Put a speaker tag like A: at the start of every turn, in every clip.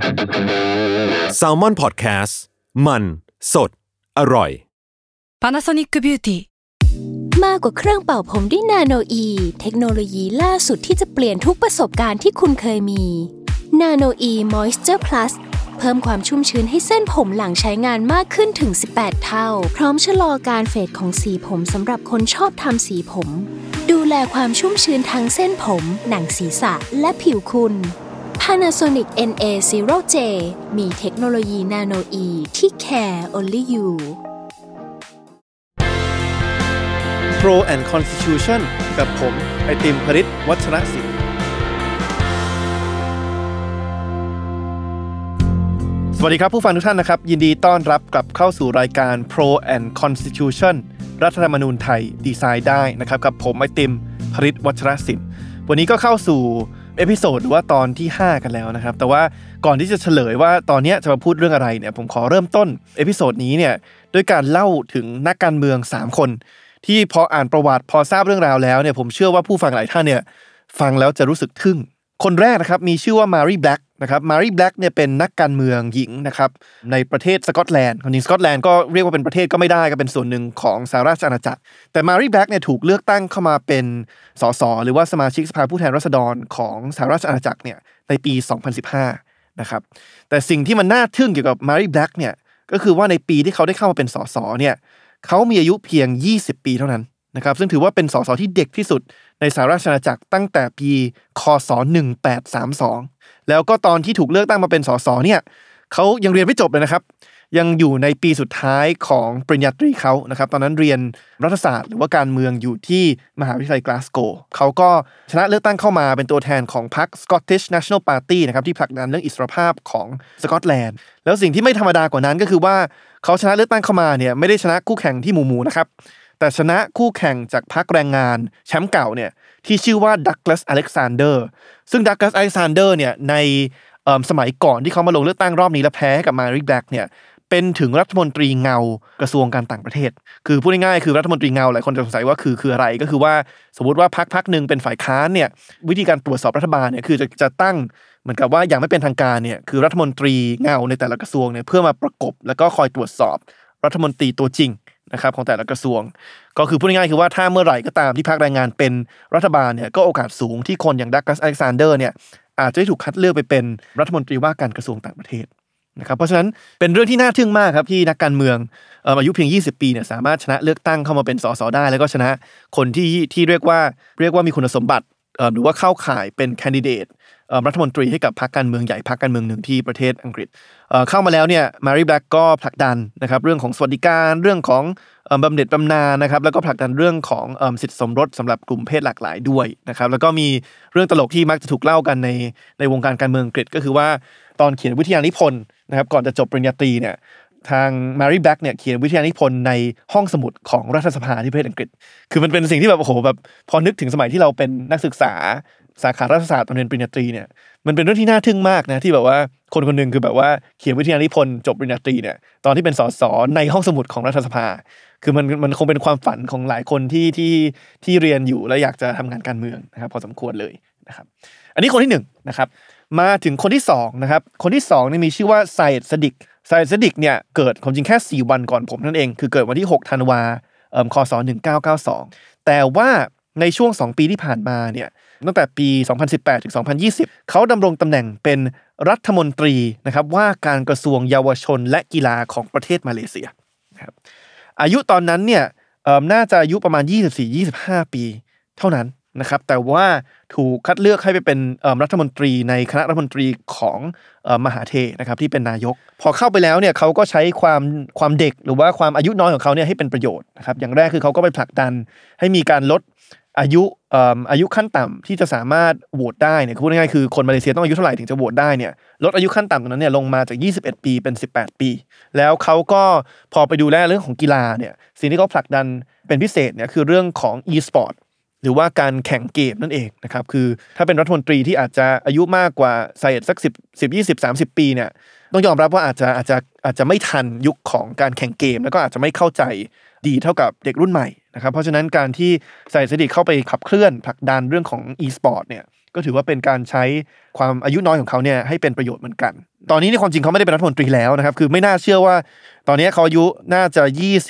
A: Salmon Podcast มันสดอร่อย
B: Panasonic Beauty
C: มากกว่าเครื่องเป่าผมด้วยนาโนอีเทคโนโลยีล่าสุดที่จะเปลี่ยนทุกประสบการณ์ที่คุณเคยมีนาโนอีมอยส์เจอร์พลัสเพิ่มความชุ่มชื้นให้เส้นผมหลังใช้งานมากขึ้นถึง18เท่าพร้อมชะลอการเฟดของสีผมสำหรับคนชอบทำสีผมดูแลความชุ่มชื้นทั้งเส้นผมหนังศีรษะและผิวคุณ Panasonic NA0J มีเทคโนโลยีนาโนอีที่ care only you
D: Pro and Constitution กับผมไอติมพฤทธิ์วัชรศิลป์สวัสดีครับผู้ฟังทุกท่านนะครับยินดีต้อนรับกลับเข้าสู่รายการ Pro and Constitution รัฐธรรมนูญไทยดีไซน์ได้นะครับกับผมไอติมพฤทธิ์วัชรศิลป์วันนี้ก็เข้าสู่เอพิโซดหรือว่าตอนที่5กันแล้วนะครับแต่ว่าก่อนที่จะเฉลยว่าตอนนี้จะมาพูดเรื่องอะไรเนี่ยผมขอเริ่มต้นเอพิโซดนี้เนี่ยด้วยการเล่าถึงนักการเมือง3คนที่พออ่านประวัติพอทราบเรื่องราวแล้วเนี่ยผมเชื่อว่าผู้ฟังหลายท่านเนี่ยฟังแล้วจะรู้สึกทึ่งคนแรกนะครับมีชื่อว่ามารีแบล็กนะครับมารีแบล็กเนี่ยเป็นนักการเมืองหญิงนะครับในประเทศสกอตแลนด์คนนี้สกอตแลนด์ก็เรียกว่าเป็นประเทศก็ไม่ได้ก็เป็นส่วนหนึ่งของสหราชอาณาจักรแต่มารีแบล็กเนี่ยถูกเลือกตั้งเข้ามาเป็นสสหรือว่าสมาชิกสภาผู้แทนราษฎรของสหราชอาณาจักรเนี่ยในปี2015นะครับแต่สิ่งที่มันน่าทึ่งเกี่ยวกับมารีแบล็กเนี่ยก็คือว่าในปีที่เขาได้เข้ามาเป็นสสเนี่ยเขามีอายุเพียง20ปีเท่านั้นนะครับซึ่งถือว่าเป็นสสที่เด็กที่สุดในสหราชอาณาจักรตั้งแต่ปีคศ1832แล้วก็ตอนที่ถูกเลือกตั้งมาเป็นสสเนี่ยเขายังเรียนไม่จบเลยนะครับยังอยู่ในปีสุดท้ายของปริญญาตรีเขานะครับตอนนั้นเรียนรัฐศาสตร์หรือว่าการเมืองอยู่ที่มหาวิทยาลัยกลาสโกว์เขาก็ชนะเลือกตั้งเข้ามาเป็นตัวแทนของพรรค Scottish National Party นะครับที่ผลักดันเรื่องอิสรภาพของสกอตแลนด์แล้วสิ่งที่ไม่ธรรมดากว่านั้นก็คือว่าเขาชนะเลือกตั้งเข้ามาเนี่ยไม่ได้ชนะคู่แข่งที่หมู่ๆนะครับแต่ชนะคู่แข่งจากพรรคแรงงานแชมป์เก่าเนี่ยที่ชื่อว่าดักลาสอเล็กซานเดอร์ซึ่งดักลาสอเล็กซานเดอร์เนี่ยในสมัยก่อนที่เขามาลงเลือกตั้งรอบนี้และแพ้ให้กับมารีแบล็กเนี่ยเป็นถึงรัฐมนตรีเงากระทรวงการต่างประเทศคือพูดง่ายๆคือรัฐมนตรีเงาหลายคนจะสงสัยว่าคืออะไรก็คือว่าสมมุติว่าพรรคนึงเป็นฝ่ายค้านเนี่ยวิธีการตรวจสอบรัฐบาลเนี่ยคือจะตั้งเหมือนกับว่าอย่างไม่เป็นทางการเนี่ยคือรัฐมนตรีเงาในแต่ละกระทรวงเนี่ยเพื่อมาประกบแล้วก็คอยตรวจสอบรัฐมนตรีตัวจริงนะครับของแต่ละกระทรวงก็คือพูดง่ายๆคือว่าถ้าเมื่อไหร่ก็ตามที่พรรคแรงงานเป็นรัฐบาลเนี่ยก็โอกาสสูงที่คนอย่างดักลาสอเล็กซานเดอร์เนี่ยอาจจะได้ถูกคัดเลือกไปเป็นรัฐมนตรีว่าการกระทรวงต่างประเทศนะครับเพราะฉะนั้นเป็นเรื่องที่น่าทึ่งมากครับที่นักการเมืองอายุเพียง20ปีเนี่ยสามารถชนะเลือกตั้งเข้ามาเป็นสสได้แล้วก็ชนะคนที่เรียกว่ามีคุณสมบัติหรือว่าเข้าข่ายเป็นแคนดิเดตรัฐมนตรีให้กับพรรคการเมืองใหญ่พรรคการเมืองหนึ่งที่ประเทศอังกฤษเข้ามาแล้วเนี่ยมารีแบล็กก็ผลักดันนะครับเรื่องของสวัสดิการเรื่องของบำเหน็จบำนาญนะครับแล้วก็ผลักดันเรื่องของสิทธิสมรสสำหรับกลุ่มเพศหลากหลายด้วยนะครับแล้วก็มีเรื่องตลกที่มักจะถูกเล่ากันในวงการการเมืองอังกฤษก็คือว่าตอนเขียนวิทยานิพนธ์นะครับก่อนจะจบปริญญาตรีเนี่ยทางมารีแบล็กเนี่ยเขียนวิทยานิพนธ์ในห้องสมุดของรัฐสภาที่ประเทศอังกฤษคือมันเป็นสิ่งที่แบบโอ้โหแบบพอนึกถึงสมัยที่เราเป็นนักศึกษาสาขารัฐศาสตร์ตอนเรียนปริญญาตรีเนี่ยมันเป็นเรื่องที่น่าทึ่งมากนะที่แบบว่าคนคนนึงคือแบบว่าเขียนวิทยานิพนธ์จบปริญญาตรีเนี่ยตอนที่เป็นสสในห้องสมุดของรัฐสภาคือมันคงเป็นความฝันของหลายคนที่เรียนอยู่และอยากจะทำงานการเมืองนะครับพอสมควรเลยนะครับอันนี้คนที่1นะครับมาถึงคนที่2นะครับคนที่2นี่มีชื่อว่าไซด์ซดิกเนี่ยเกิดความจริงแค่4วันก่อนผมนั่นเองคือเกิดวันที่6ธันวาคศ1992แต่ว่าในช่วง2ปีที่ผ่านมาเนี่ยตั้งแต่ปี2018ถึง2020เขาดำรงตำแหน่งเป็นรัฐมนตรีนะครับว่าการกระทรวงเยาวชนและกีฬาของประเทศมาเลเซียนะครับอายุตอนนั้นเนี่ยน่าจะอายุประมาณ 24-25 ปีเท่านั้นนะครับแต่ว่าถูกคัดเลือกให้ไปเป็นรัฐมนตรีในคณะรัฐมนตรีของมหาเทนะครับที่เป็นนายกพอเข้าไปแล้วเนี่ยเขาก็ใช้ความเด็กหรือว่าความอายุน้อยของเขาเนี่ยให้เป็นประโยชน์นะครับอย่างแรกคือเขาก็ไปผลักดันให้มีการลดอายุขั้นต่ำที่จะสามารถโหวตได้เนี่ยพูดง่ายๆคือคนมาเลเซียต้องอายุเท่าไหร่ถึงจะโหวตได้เนี่ยลดอายุขั้นต่ำตรงนั้นเนี่ยลงมาจาก21ปีเป็น18ปีแล้วเขาก็พอไปดูแลเรื่องของกีฬาเนี่ยสิ่งที่เขาผลักดันเป็นพิเศษเนี่ยคือเรื่องของ e-sport หรือว่าการแข่งเกมนั่นเองนะครับคือถ้าเป็นรัฐมนตรีที่อาจจะอายุมากกว่าไซด์สัก10-20-30 ปีเนี่ยต้องยอมรับว่าอาจจะไม่ทันยุคของการแข่งเกมแล้วก็อาจจะไม่เข้าใจดีเท่ากับเด็กรุ่นใหม่นะครับเพราะฉะนั้นการที่ไซด์ซดิกเข้าไปขับเคลื่อนผลักดันเรื่องของ e-sport เนี่ยก็ก็ถือว่าเป็นการใช้ความอายุน้อยของเขาเนี่ยให้เป็นประโยชน์เหมือนกันตอนนี้ในความจริงเขาไม่ได้เป็นรัฐมนตรีแล้วนะครับคือไม่น่าเชื่อว่าตอนนี้เขาอายุน่าจะ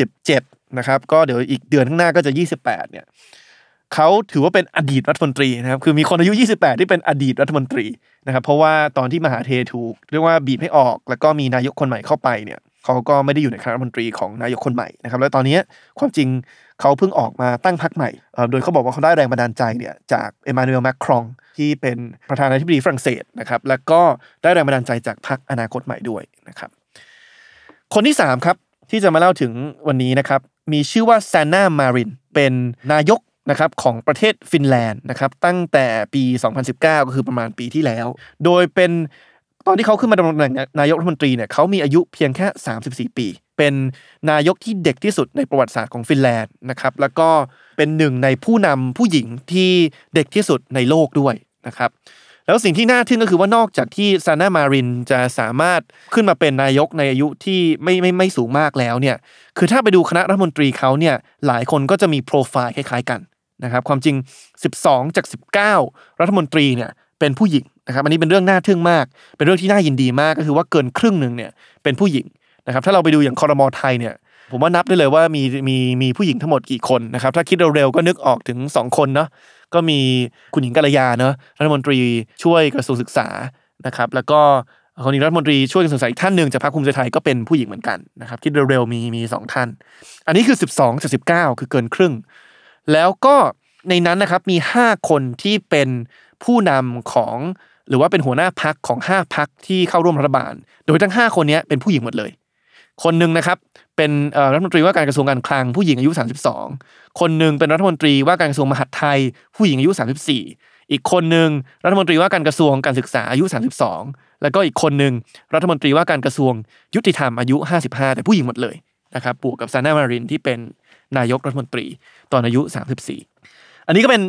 D: 27นะครับก็เดี๋ยวอีกเดือนข้างหน้าก็จะ28เนี่ยเขาถือว่าเป็นอดีตรัฐมนตรีนะครับคือมีคนอายุ28ที่เป็นอดีตรัฐมนตรีนะครับเพราะว่าตอนที่มหาเทถูกเรียกว่าบีบให้ออกแล้วก็มีนายกคนใหม่เข้าไปเนี่ยเขาก็ไม่ได้อยู่ในคณะรัฐมนตรีของนายกคนใหม่นะครับแล้วตอนนี้ความจริงเขาเพิ่งออกมาตั้งพรรคใหม่โดยเขาบอกว่าเขาได้แรงบันดาลใจเนี่ยจากเอมานูเอล แมคครองที่เป็นประธานาธิบดีฝรั่งเศสนะครับแล้วก็ได้แรงบันดาลใจจากพรรคอนาคตใหม่ด้วยนะครับคนที่3ครับที่จะมาเล่าถึงวันนี้นะครับมีชื่อว่าซาน่ามารินเป็นนายกนะครับของประเทศฟินแลนด์นะครับตั้งแต่ปี2019ก็คือประมาณปีที่แล้วโดยเป็นตอนที่เขาขึ้นมาดำรงตำแหน่งนายกรัฐมนตรีเนี่ยเขามีอายุเพียงแค่34ปีเป็นนายกที่เด็กที่สุดในประวัติศาสตร์ของฟินแลนด์นะครับแล้วก็เป็นหนึ่งในผู้นำผู้หญิงที่เด็กที่สุดในโลกด้วยนะครับแล้วสิ่งที่น่าทึ่งก็คือว่านอกจากที่ซาน่ามารินจะสามารถขึ้นมาเป็นนายกในอายุที่ไม่สูงมากแล้วเนี่ยคือถ้าไปดูคณะรัฐมนตรีเขาเนี่ยหลายคนก็จะมีโปรไฟล์คล้ายๆกันนะครับความจริง12จาก19รัฐมนตรีเนี่ยเป็นผู้หญิงนะครับอันนี้เป็นเรื่องน่าทึ่งมากเป็นเรื่องที่น่ายินดีมากก็คือว่าเกินครึ่งนึงเนี่ยเป็นผู้หญิงนะครับถ้าเราไปดูอย่างครม.ไทยเนี่ยผมว่านับได้เลยว่ามีผู้หญิงทั้งหมดกี่คนนะครับถ้าคิดเร็วๆก็นึกออกถึง2คนเนาะก็มีคุณหญิงกัลยาเนาะรัฐมนตรีช่วยกระทรวงศึกษานะครับแล้วก็คนนี้รัฐมนตรีช่วยกระทรวงศึกษาอีกท่านนึงจากพรรคภูมิใจไทยก็เป็นผู้หญิงเหมือนกันนะครับคิดเร็วๆมี2ท่านอันนี้คือ12จาก19คือเกินครึ่งแล้วก็ในนั้นนะครับมี5คนที่เป็นผู้นำของหรือว่าเป็นหัวหน้าพรรคของ5พรรคที่เข้าร่วมรัฐบาลโดยทั้ง5คนนี้เป็นผู้หญิงหมดเลยคนนึงนะครับเป็นรัฐมนตรีว่าการกระทรวงการคลังผู้หญิงอายุ32คนนึงเป็นรัฐมนตรีว่าการกระทรวงมหาดไทยผู้หญิงอายุ34อีกคนนึงรัฐมนตรีว่าการกระทรวงการศึกษาอายุ32แล้วก็อีกคนนึงรัฐมนตรีว่าการกระทรวงยุติธรรมอายุ55แต่ผู้หญิงหมดเลยนะครับบวกกับซาน่ามารินที่เป็นนายกรัฐมนตรีตอนอายุ34อันนี้ก็เป็น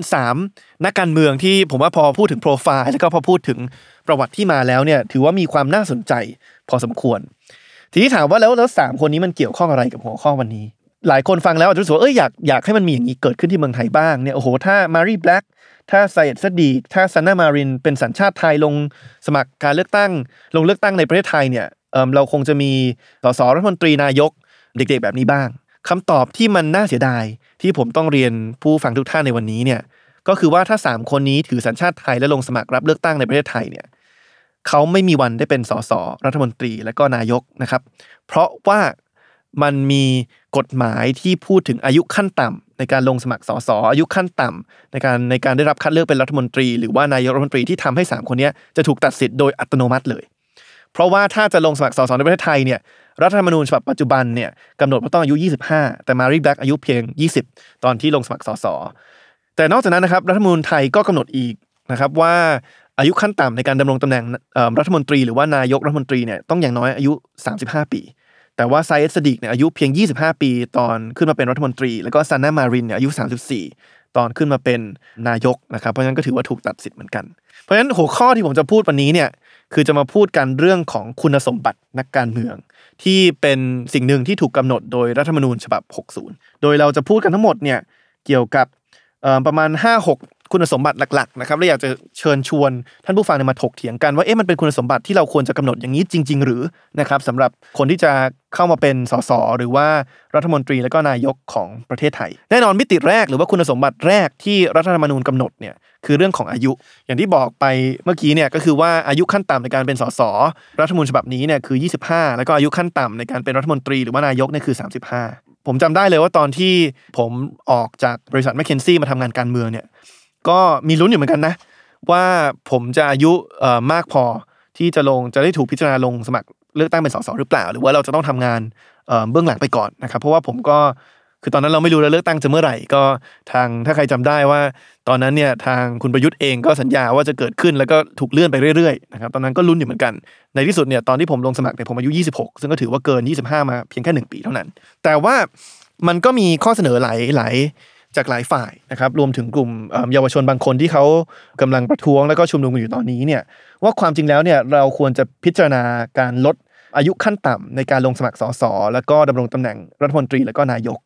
D: 3นักการเมืองที่ผมว่าพอพูดถึงโปรไฟล์แล้วก็พอพูดถึงประวัติที่มาแล้วเนี่ยถือว่ามีความน่าสนใจพอสมควรทีนี้ถามว่าแล้ว3คนนี้มันเกี่ยวข้องอะไรกับหัวข้อวันนี้หลายคนฟังแล้วอาจจะรู้สึกว่าอยากให้มันมีอย่างนี้เกิดขึ้นที่เมืองไทยบ้างเนี่ยโอ้โหถ้ามารีแบล็กถ้าไซเอดซะดีกถ้าซาน่ามารินเป็นสัญชาติไทยลงสมัครการเลือกตั้งในประเทศไทยเนี่ยเราคงจะมีสสรัฐมนตรีนายกเด็กๆแบบนี้บ้างคำตอบที่มันน่าเสียดายที่ผมต้องเรียนผู้ฟังทุกท่านในวันนี้เนี่ยก็คือว่าถ้า3คนนี้ถือสัญชาติไทยและลงสมัครรับเลือกตั้งในประเทศไทยเนี่ยเขาไม่มีวันได้เป็นสสรัฐมนตรีและก็นายกนะครับเพราะว่ามันมีกฎหมายที่พูดถึงอายุขั้นต่ำในการลงสมัครสสอายุขั้นต่ำในการได้รับคัดเลือกเป็นรัฐมนตรีหรือว่านายกรัฐมนตรีที่ทำให้3คนนี้จะถูกตัดสิทธิ์โดยอัตโนมัติเลยเพราะว่าถ้าจะลงสมัครสสในประเทศไทยเนี่ยรัฐธรรมนูญฉบับปัจจุบันเนี่ยกำหนดว่าต้องอายุ25แต่มารีแบล็กอายุเพียง20ตอนที่ลงสมัครสสแต่นอกจากนั้นนะครับรัฐธรรมนูญไทยก็กำหนดอีกนะครับว่าอายุขั้นต่ำในการดำรงตำแหน่งรัฐมนตรีหรือว่านายกรัฐมนตรีเนี่ยต้องอย่างน้อยอายุ35ปีแต่ว่าไซเอดซะดีกเนี่ยอายุเพียง25ปีตอนขึ้นมาเป็นรัฐมนตรีแล้วก็ซาน่ามารินเนี่ยอายุ34ตอนขึ้นมาเป็นนายกนะครับเพราะฉะนั้นก็ถือว่าถูกตัดสิทธิ์เหมือนกันเพราะฉะนั้นหัวข้อที่ผมจะพูดวันนี้เนี่ยคือจะมาพูดกันเรื่องของคุณสมบัตินักการเมืองที่เป็นสิ่งหนึ่งที่ถูกกำหนดโดยรัฐธรรมนูญฉบับ60โดยเราจะพูดกันทั้งหมดเนี่ยเกี่ยวกับประมาณ 5-6 คุณสมบัติหลักๆนะครับและอยากจะเชิญชวนท่านผู้ฟังมาถกเถียงกันว่ามันเป็นคุณสมบัติที่เราควรจะกำหนดอย่างนี้จริงๆหรือนะครับสำหรับคนที่จะเข้ามาเป็นสสหรือว่ารัฐมนตรีและก็นายกของประเทศไทยแน่นอนมิติแรกหรือว่าคุณสมบัติแรกที่รัฐธรรมนูญกำหนดเนี่ยคือเรื่องของอายุอย่างที่บอกไปเมื่อกี้เนี่ยก็คือว่าอายุขั้นต่ำในการเป็นสสรัฐธรรมนูญฉบับนี้เนี่ยคือ25แล้วก็อายุขั้นต่ำในการเป็นรัฐมนตรีหรือว่านายกเนี่ยคือ35ผมจำได้เลยว่าตอนที่ผมออกจากบริษัทแมคเคนซี่มาทำงานการเมืองเนี่ยก็มีลุ้นอยู่เหมือนกันนะว่าผมจะอายุมากพอที่จะได้ถูกพิจารณาลงสมัครเลือกตั้งเป็นสสหรือเปล่าหรือว่าเราจะต้องทำงานเบื้องหลังไปก่อนนะครับเพราะว่าผมก็คือตอนนั้นเราไม่รู้แล้วเลือกตั้งจะเมื่อไหร่ก็ถ้าใครจำได้ว่าตอนนั้นเนี่ยทางคุณประยุทธ์เองก็สัญญาว่าจะเกิดขึ้นแล้วก็ถูกเลื่อนไปเรื่อยๆนะครับตอนนั้นก็ลุ้นอยู่เหมือนกันในที่สุดเนี่ยตอนที่ผมลงสมัครเนี่ยผมอายุ26ซึ่งก็ถือว่าเกิน25มาเพียงแค่1ปีเท่านั้นแต่ว่ามันก็มีข้อเสนอหลายจากหลายฝ่ายนะครับรวมถึงกลุ่มเยาวชนบางคนที่เขากำลังประท้วงแล้วก็ชุมนุมกันอยู่ตอนนี้เนี่ยว่าความจริงแล้วเนี่ยเราควรจะพิจารณาการลดอายุขั้นต่ำในการลงสมัครสสแล้วก็ดำรงตำแหน่งรัฐมนตรีแล้วก็นายก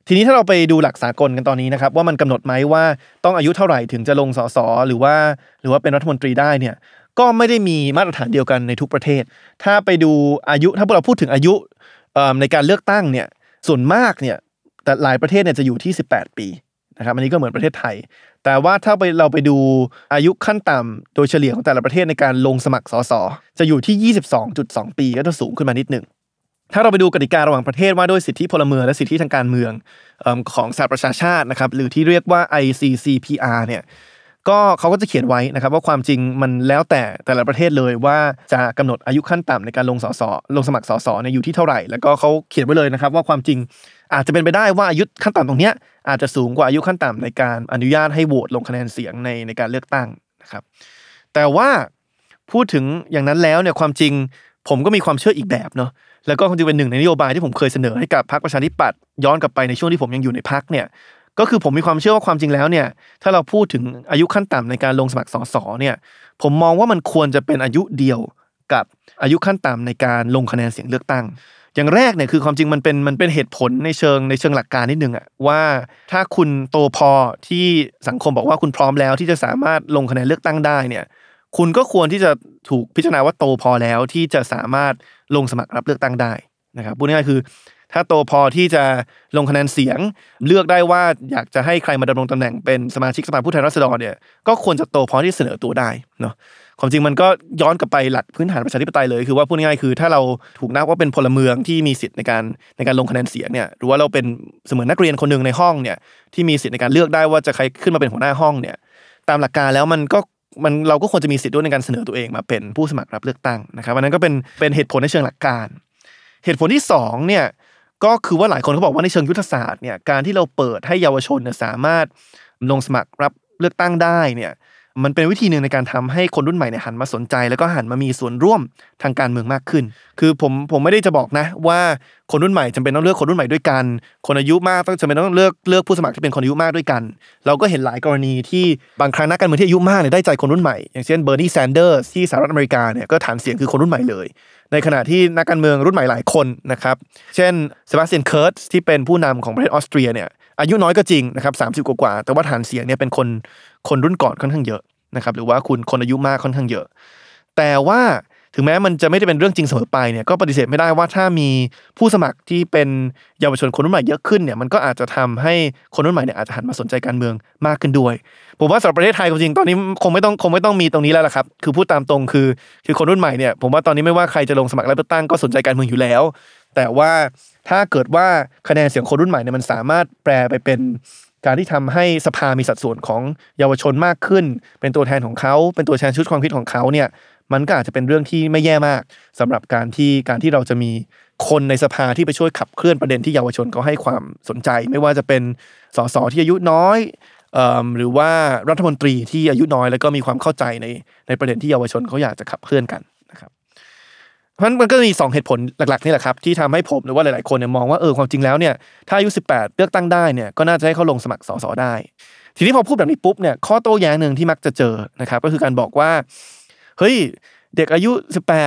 D: ทีนี้ถ้าเราไปดูหลักสากลกันตอนนี้นะครับว่ามันกำหนดไหมว่าต้องอายุเท่าไหร่ถึงจะลงสสหรือว่าเป็นรัฐมนตรีได้เนี่ยก็ไม่ได้มีมาตรฐานเดียวกันในทุกประเทศถ้าไปดูอายุถ้าเราพูดถึงอายุในการเลือกตั้งเนี่ยส่วนมากเนี่ยแต่หลายประเทศเนี่ยจะอยู่ที่18ปีนะครับอันนี้ก็เหมือนประเทศไทยแต่ว่าถ้าเราไปดูอายุขั้นต่ำโดยเฉลี่ยของแต่ละประเทศในการลงสมัครสสจะอยู่ที่ 22.2 ปีก็จะสูงขึ้นมานิดนึงถ้าเราไปดูกติการะหว่างประเทศว่าด้วยสิทธิพลเมืองและสิทธิทางการเมืองของสหประชาชาตินะครับหรือที่เรียกว่า ICCPR เนี่ยก็เขาก็จะเขียนไว้นะครับว่าความจริงมันแล้วแต่ละประเทศเลยว่าจะกำหนดอายุขั้นต่ำในการลงสมัครสสเนี่ยอยู่ที่เท่าไหร่แล้วก็เขาเขียนไว้เลยนะครับว่าความจริงอาจจะเป็นไปได้ว่าอายุขั้นต่ำตรงเนี้ยอาจจะสูงกว่าอายุขั้นต่ำในการอนุญาตให้โหวตลงคะแนนเสียงในการเลือกตั้งนะครับแต่ว่าพูดถึงอย่างนั้นแล้วเนี่ยความจริงผมก็มีความเชื่ออีกแบบเนาะแล้วก็คงจะเป็นหนึ่งในนโยบายที่ผมเคยเสนอให้กับพรรคประชาธิปัตย์ย้อนกลับไปในช่วงที่ผมยังอยู่ในพรรคเนี่ยก็คือผมมีความเชื่อว่าความจริงแล้วเนี่ยถ้าเราพูดถึงอายุขั้นต่ำในการลงสมัครสสเนี่ยผมมองว่ามันควรจะเป็นอายุเดียวกับอายุขั้นต่ำในการลงคะแนนเสียงเลือกตั้งอย่างแรกเนี่ยคือความจริงมันเป็นเหตุผลในเชิงหลักการนิดนึงอะว่าถ้าคุณโตพอที่สังคมบอกว่าคุณพร้อมแล้วที่จะสามารถลงคะแนนเลือกตั้งได้เนี่ยคุณก็ควรที่จะถูกพิจารณาว่าโตพอแล้วที่จะสามารถลงสมัครรับเลือกตั้งได้นะครับพูดง่ายๆคือถ้าโตพอที่จะลงคะแนนเสียงเลือกได้ว่าอยากจะให้ใครมาดำรงตำแหน่งเป็นสมาชิกสภาผู้แทนราษฎรเนี่ยก็ควรจะโตพอที่เสนอตัวได้เนาะความจริงมันก็ย้อนกลับไปหลักพื้นฐานประชาธิปไตยเลยคือว่าพูดง่ายๆคือถ้าเราถูกนับว่าเป็นพลเมืองที่มีสิทธิ์ในการลงคะแนนเสียงเนี่ยหรือว่าเราเป็นเสมือนนักเรียนคนนึงในห้องเนี่ยที่มีสิทธิ์ในการเลือกได้ว่าจะใครขึ้นมาเป็นหัวหน้าห้องเนี่ยตามหลักการแล้วเราก็ควรจะมีสิทธิ์ด้วยในการเสนอตัวเองมาเป็นผู้สมัครรับเลือกตั้งนะครับอันนั้นก็เป็นเหตุผลในเชิงหลักการเหตุผลที่2เนี่ยก็คือว่าหลายคนเขาบอกว่าในเชิงยุทธศาสตร์เนี่ยการที่เราเปิดให้เยาวชนสามารถลงสมัครรับเลือกตั้งได้เนี่ยมันเป็นวิธีหนึ่งในการทำให้คนรุ่นใหม่เนี่ยหันมาสนใจแล้วก็หันมามีส่วนร่วมทางการเมืองมากขึ้นคือผมไม่ได้จะบอกนะว่าคนรุ่นใหม่จำเป็นต้องเลือกคนรุ่นใหม่ด้วยกันคนอายุมากต้องจำเป็นต้องเลือกผู้สมัครที่เป็นคนอายุมากด้วยกันเราก็เห็นหลายกรณีที่บางครั้งนักการเมืองที่อายุมากเนี่ยได้ใจคนรุ่นใหม่อย่างเช่นเบอร์นีแซนเดอร์สที่สหรัฐอเมริกาเนี่ยก็ฐานเสียงคือคนรุ่นใหม่เลยในขณะที่นักการเมืองรุ่นใหม่หลายคนนะครับเช่นเซบาสเตียนเคิร์ตที่เป็นผู้นำของประเทศออสเตรียเนี่ยอายุน้อยก็จริงนะครับ30กว่าแต่ว่าฐานเสียงเนี่ยเป็นคนรุ่นก่อนค่อนข้างเยอะนะครับหรือว่าคนอายุมากค่อนข้างเยอะแต่ว่าถึงแม้มันจะไม่ได้เป็นเรื่องจริงเสมอไปเนี่ยก็ปฏิเสธไม่ได้ว่าถ้ามีผู้สมัครที่เป็นเยาวชนคนรุ่นใหม่เยอะขึ้นเนี่ยมันก็อาจจะทำให้คนรุ่นใหม่เนี่ยอาจจะหันมาสนใจการเมืองมากขึ้นด้วยผมว่าสำหรับประเทศไทยจริงๆตอนนี้คงไม่ต้องมีตรงนี้แล้วล่ะครับคือพูดตามตรงคือคนรุ่นใหม่เนี่ยผมว่าตอนนี้ไม่ว่าใครจะลงสมัครรับเลือกตั้งก็สนใจการเมืองอยู่แล้วแต่ว่าถ้าเกิดว่าคะแนนเสียงคนรุ่นใหม่เนี่ยมันสามารถแปลไปเป็นการที่ทำให้สภามีสัดส่วนของเยาวชนมากขึ้นเป็นตัวแทนของเขาเป็นตัวแทนชุดความคิดของเขาเนี่ยมันก็อาจจะเป็นเรื่องที่ไม่แย่มากสำหรับการที่เราจะมีคนในสภาที่ไปช่วยขับเคลื่อนประเด็นที่เยาวชนเขาให้ความสนใจไม่ว่าจะเป็นสสที่อายุน้อยหรือว่ารัฐมนตรีที่อายุน้อยแล้วก็มีความเข้าใจในประเด็นที่เยาวชนเขาอยากจะขับเคลื่อนกันนะครับเพราะฉะนั้นมันก็มี2เหตุผลหลักๆนี่แหละครับที่ทำให้ผมหรือว่าหลายๆคนเนี่ยมองว่าความจริงแล้วเนี่ยถ้าอายุ18เลือกตั้งได้เนี่ยก็น่าจะให้เขาลงสมัครสสได้ทีนี้พอพูดแบบนี้ปุ๊บเนี่ยข้อโต้แย้งนึงที่มักจะเจอนะครับก็คือการบอกว่าเฮ้ยเด็กอายุ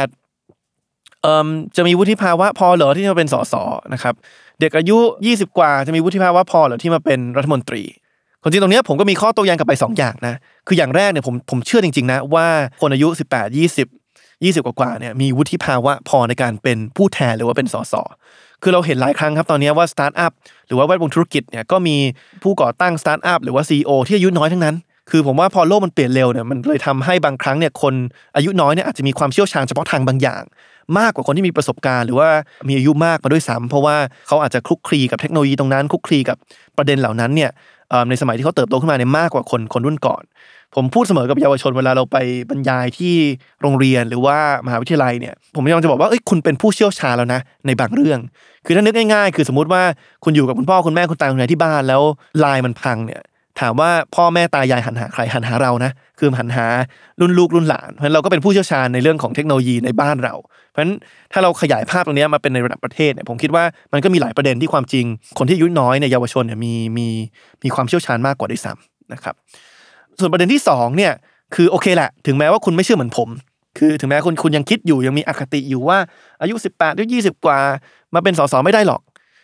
D: 18จะมีวุฒิภาวะพอเหรอที่จะมาเป็นสสนะครับเด็กอายุ20กว่าจะมีวุฒิภาวะพอเหรอที่มาเป็นรัฐมนตรีจริงตรงนี้ผมก็มีข้อโต้แย้งกลับไป2อย่างนะคืออย่างแรกเนี่ยผมเชื่อจริงๆนะว่าคนอายุ18 20กว่าเนี่ยมีวุฒิภาวะพอในการเป็นผู้แทนหรือว่าเป็นสสคือเราเห็นหลายครั้งครับตอนนี้ว่าสตาร์ทอัพหรือว่าแวดวงธุรกิจเนี่ยก็มีผู้ก่อตั้งสตาร์ทอัพหรือว่า CEO ที่อายุน้อยทั้งนั้นคือผมว่าพอโลกมันเปลี่ยนเร็วเนี่ยมันเลยทำให้บางครั้งเนี่ยคนอายุน้อยเนี่ยอาจจะมีความเชี่ยวชาญเฉพาะทางบางอย่างมากกว่าคนที่มีประสบการณ์หรือว่ามีอายุมากมาด้วยซ้ำเพราะว่าเขาอาจจะคลุกคลีกับเทคโนโลยีตรงนั้นคลุกคลีกับประเด็นเหล่านั้นเนี่ยในสมัยที่เขาเติบโตขึ้นมาเนี่ยมากกว่าคนรุ่นก่อนผมพูดเสมอกับเยาวชนเวลาเราไปบรรยายที่โรงเรียนหรือว่ามหาวิทยาลัยเนี่ยผมยังจะบอกว่าคุณเป็นผู้เชี่ยวชาญแล้วนะในบางเรื่องคือถ้านึกง่ายๆคือสมมุติว่าคุณอยู่กับคุณพ่อคุณแม่คุณตาคุณยายที่บ้านแล้วไลน์มันพังเนี่ยถามว่าพ่อแม่ตายายหันหาใครหันหาเรานะคือหันหารุ่นลูกรุ่นหลานเพราะฉะนั้นเราก็เป็นผู้เชี่ยวชาญในเรื่องของเทคโนโลยีในบ้านเราเพราะฉะนั้นถ้าเราขยายภาพตรงนี้มาเป็นในระดับประเทศเนี่ยผมคิดว่ามันก็มีหลายประเด็นที่ความจริงคนที่อายุน้อยเนี่ยเยาวชนเนี่ยมีความเชี่ยวชาญมากกว่าด้วยซ้ำนะครับส่วนประเด็นที่2เนี่ยคือโอเคแหละถึงแม้ว่าคุณไม่เชื่อเหมือนผมคือถึงแม้คุณยังคิดอยู่ยังมีอคติอยู่ว่าอายุ18หรือ20กว่ามาเป็นสสไม่ได้หรอก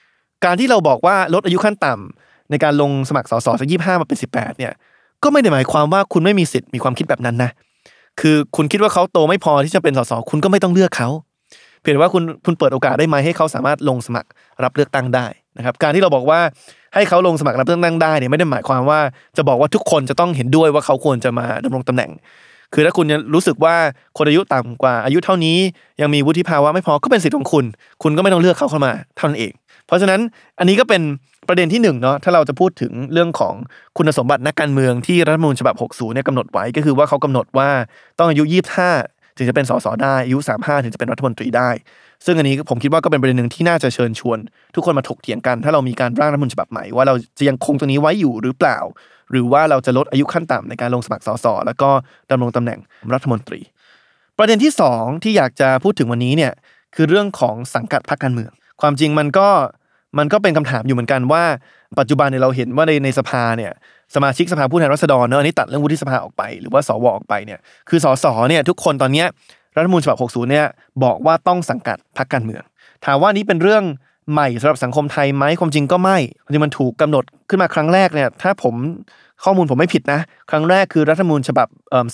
D: การที่เราบอกว่าลดอายุขั้นต่ำในการลงสมัครสสจาก25มาเป็น18เนี่ยก็ไม่ได้หมายความว่าคุณไม่มีสิทธิ์มีความคิดแบบนั้นนะคือคุณคิดว่าเขาโตไม่พอที่จะเป็นสสคุณก็ไม่ต้องเลือกเขาเพียงแต่ว่าคุณเปิดโอกาสได้ไหมให้เขาสามารถลงสมัครรับเลือกตั้งได้นะครับการที่เราบอกว่าให้เขาลงสมัครรับเลือกตั้งได้เนี่ยไม่ได้หมายความว่าจะบอกว่าทุกคนจะต้องเห็นด้วยว่าเขาควรจะมาดำรงตำแหน่งคือถ้าคุณรู้สึกว่าคนอายุต่ำกว่าอายุเท่านี้ยังมีวุฒิภาวะไม่พอก็เป็นสิทธิ์ของคุณก็ไม่ต้องเลือกเขาเข้ามาเท่านั้นเองเพราะฉะนั้นอันนี้ก็เป็นประเด็นที่1เนาะถ้าเราจะพูดถึงเรื่องของคุณสมบัตินักการเมืองที่รัฐธรรมนูญฉบับ60เนี่ยกำหนดไว้ก็คือว่าเขากำหนดว่าต้องอายุ25ถึงจะเป็นสสได้อายุ35ถึงจะเป็นรัฐมนตรีได้ซึ่งอันนี้ผมคิดว่าก็เป็นประเด็นนึงที่น่าจะเชิญชวนทุกคนมาถกเถียงกันถ้าเรามีการร่างรัฐธรรมนูญฉบับใหม่ว่าเราจะยังคงตรงนี้ไว้อยู่หรือเปล่าหรือว่าเราจะลดอายุขั้นต่ำในการลงสมัครสสแล้วก็ดำรงตำแหน่งรัฐมนตรีประเด็นที่2ที่อยากจะพูดถึงวันนี้เนี่ยคือเรื่องของสังกัดพรรคการเมืองความจริงมันก็เป็นคำถามอยู่เหมือนกันว่าปัจจุบันเนี่ยเราเห็นว่าในสภาเนี่ยสมาชิกสภาผู้แทนราษฎรเนอะอันนี้ตัดเรื่องวุฒิสภาออกไปหรือว่าสวออกไปเนี่ยคือสสเนี่ยทุกคนตอนนี้รัฐธรรมนูญฉบับ60เนี่ยบอกว่าต้องสังกัดพรรคการเมืองถามว่านี้เป็นเรื่องใหม่สำหรับสังคมไทยไหมความจริงก็ไม่ความจริงมันถูกกำหนดขึ้นมาครั้งแรกเนี่ยถ้าข้อมูลผมไม่ผิดนะครั้งแรกคือรัฐธรรมนูญฉบับ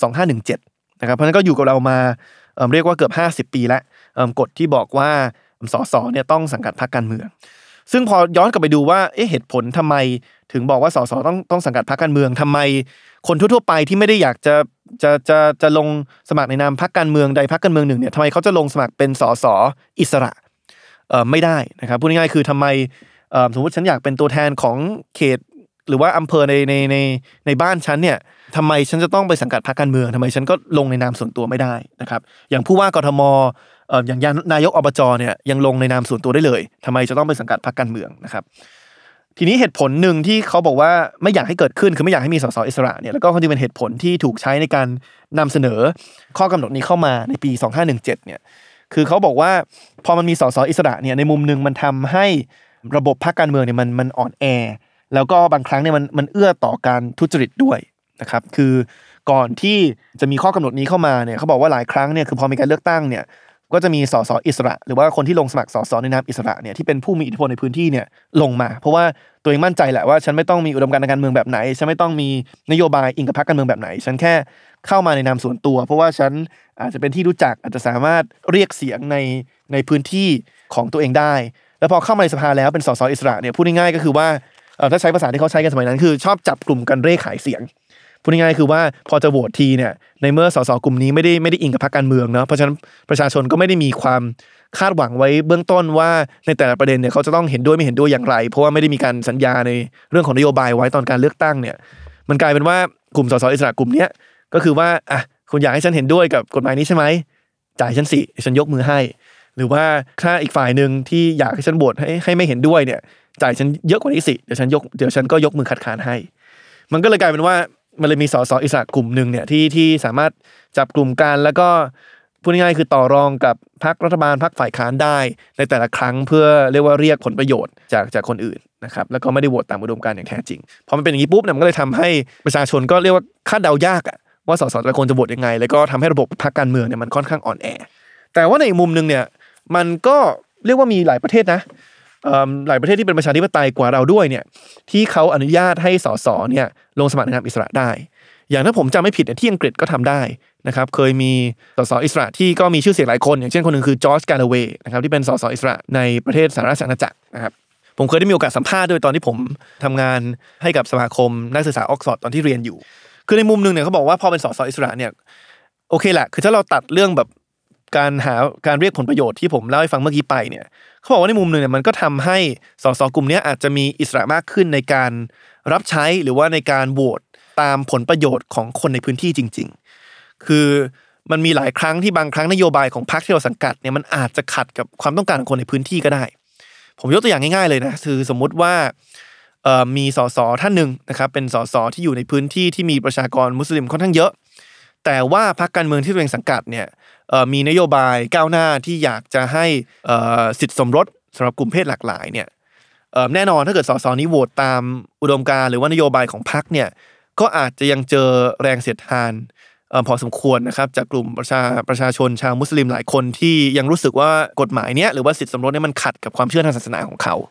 D: 2517นะครับเพราะฉะนั้นก็อยู่กับเรามาเรียกว่าเกือบ50ปีแล้วกฎที่บอกว่าสสเนี่ยต้องสังกัดพรรคการเมืองซึ่งพอย้อนกลับไปดูว่าเหตุผลทำไมถึงบอกว่าสสต้องสังกัดพรรคการเมืองทำไมคนทั่วๆไปที่ไม่ได้อยากจะลงสมัครในนามพรรคการเมืองใดพรรคการเมืองหนึ่งเนี่ยทำไมเขาจะลงสมัครเป็นสสอิสระไม่ได้นะครับพูดง่ายๆคือทำไมสมมติฉันอยากเป็นตัวแทนของเขตหรือว่าอำเภอในบ้านฉันเนี่ยทำไมฉันจะต้องไปสังกัดพรรคการเมืองทำไมฉันก็ลงในนามส่วนตัวไม่ได้นะครับอย่างผู้ว่ากทมอย่างนายกอบจเนี่ยยังลงในนามส่วนตัวได้เลยทำไมจะต้องไปสังกัดพรรคการเมืองนะครับทีนี้เหตุผลหนึ่งที่เขาบอกว่าไม่อยากให้เกิดขึ้นคือไม่อยากให้มีสสอิสระเนี่ยแล้วก็จริงเป็นเหตุผลที่ถูกใช้ในการนำเสนอข้อกำหนดนี้เข้ามาในปี2517เนี่ยคือเขาบอกว่าพอมันมีสสอิสระเนี่ยในมุมนึงมันทำให้ระบบพรรคการเมืองเนี่ยมันอ่อนแอแล้วก็บางครั้งเนี่ยมันเอื้อต่อการทุจริตด้วยนะครับคือก่อนที่จะมีข้อกำหนดนี้เข้ามาเนี่ยเขาบอกว่าหลายครั้งเนี่ยคือพอมีการเลือกตั้งเนี่ยก็จะมีสสอิสระหรือว่าคนที่ลงสมัครสสในนามอิสระเนี่ยที่เป็นผู้มีอิทธิพลในพื้นที่เนี่ยลงมาเพราะว่าตัวเองมั่นใจแหละว่าฉันไม่ต้องมีอุดมการณ์ทางการเมืองแบบไหนฉันไม่ต้องมีนโยบายอิงกับพรรคการเมืองแบบไหนฉันแค่เข้ามาในนามส่วนตัวเพราะว่าฉันอาจจะเป็นที่รู้จักอาจจะสามารถเรียกเสียงในพื้นที่ของตัวเองได้แล้วพอเข้ามาในสภาแล้วเป็นสสอิสระเนี่ยพูดง่ายๆก็คือว่าถ้าใช้ภาษาที่เขาใช้กันสมัยนั้นคือชอบจับกลุ่มกันเร่ขายเสียงพูดง่ายๆคือว่าพอจะโหวตทีเนี่ยในเมื่อสสกลุ่มนี้ไม่ได้อิงกับพรรคการเมืองเนาะเพราะฉะนั้นประชาชนก็ไม่ได้มีความคาดหวังไว้เบื้องต้นว่าในแต่ละประเด็นเนี่ยเขาจะต้องเห็นด้วยไม่เห็นด้วยอย่างไรเพราะว่าไม่ได้มีการสัญญาในเรื่องของนโยบายไว้ตอนการเลือกตั้งเนี่ยมันกลายเป็นว่ากลุ่มสสอิสระกลุ่มนี้ก็คือว่าคุณอยากให้ฉันเห็นด้วยกับกฎหมายนี้ใช่ไหมจ่ายฉันสิฉันยกมือให้หรือว่าถ้าอีกฝ่ายนึงที่อยากให้ฉันโหวตให้ไม่เห็นด้วยเนี่ยจ่ายฉันเยอะกว่านี้สิเดี๋ยวฉันก็ยกมือคัดค้านให้มันก็เลยกลายเป็นว่ามันเลยมีสสอิสระกลุ่มนึงเนี่ยที่สามารถจับกลุ่มกันแล้วก็พูดง่ายๆคือต่อรองกับพรรครัฐบาลพรรคฝ่ายค้านได้ในแต่ละครั้งเพื่อเรียกว่าเรียกผลประโยชน์จากคนอื่นนะครับแล้วก็ไม่ได้โหวตตามอุดมการณ์อย่างแท้จริงพอมันเป็นอย่างนี้ปุ๊บเนี่ยมันก็เลยทำให้ประชาชนก็เรียกว่าคาดเดายากว่าสสแต่ละคนจะโหวตยังไงแล้วก็ทำให้ระบบพรรคการเมืองเนี่ยมันค่อนข้างอ่อนแอแต่ว่าในอีกมุมนึงเนี่ยมันก็เรียกว่ามีหลายประเทศนะหลายประเทศที่เป็นประชาธิปไตยกว่าเราด้วยเนี่ยที่เขาอนุญาตให้สสเนี่ยลงสมัครในนามอิสระได้อย่างถ้าผมจำไม่ผิดที่อังกฤษก็ทำได้นะครับเคยมีสสอิสระที่ก็มีชื่อเสียงหลายคนอย่างเช่นคนหนึ่งคือจอร์จ กาลาเวย์นะครับที่เป็นสสอิสระในประเทศสหราชอาณาจักรนะครับผมเคยได้มีโอกาสสัมภาษณ์ด้วยตอนที่ผมทำงานให้กับสมาคมนักศึกษาออกซฟอร์ดตอนที่เรียนอยู่คือในมุมนึงเนี่ยเขาบอกว่าพอเป็นสสอิสระเนี่ยโอเคแหละคือถ้าเราตัดเรื่องแบบการเรียกผลประโยชน์ที่ผมเล่าให้ฟังเมื่อกี้ไปเนี่ยเขาบอกว่าในมุมนึงเนี่ยมันก็ทำให้สสกลุ่มนี้อาจจะมีอิสระมากขึ้นในการรับใช้หรือว่าในการโหวตตามผลประโยชน์ของคนในพื้นที่จริงๆคือมันมีหลายครั้งที่บางครั้งนโยบายของพรรคที่เราสังกัดเนี่ยมันอาจจะขัดกับความต้องการของคนในพื้นที่ก็ได้ผมยกตัวอย่างง่ายๆเลยนะคือสมมุติว่ามีสสท่านนึงนะครับเป็นสสที่อยู่ในพื้นที่ที่มีประชากรมุสลิมค่อนข้างเยอะแต่ว่าพรรคการเมืองที่ตัวเองสังกัดเนี่ยมีนโยบายก้าวหน้าที่อยากจะให้สิทธิสมรสสำหรับกลุ่มเพศหลากหลายเนี่ยแน่นอนถ้าเกิดสสนี้โหวตตามอุดมการณ์หรือว่านโยบายของพรรคเนี่ยก็อาจจะยังเจอแรงเสียดทานพอสมควรนะครับจากกลุ่มประชาชนชาวมุสลิมหลายคนที่ยังรู้สึกว่ากฎหมายเนี้ยหรือว่าสิทธิสมรสเนี่ยมันขัดกับความเชื่อทางศาสนาของเขา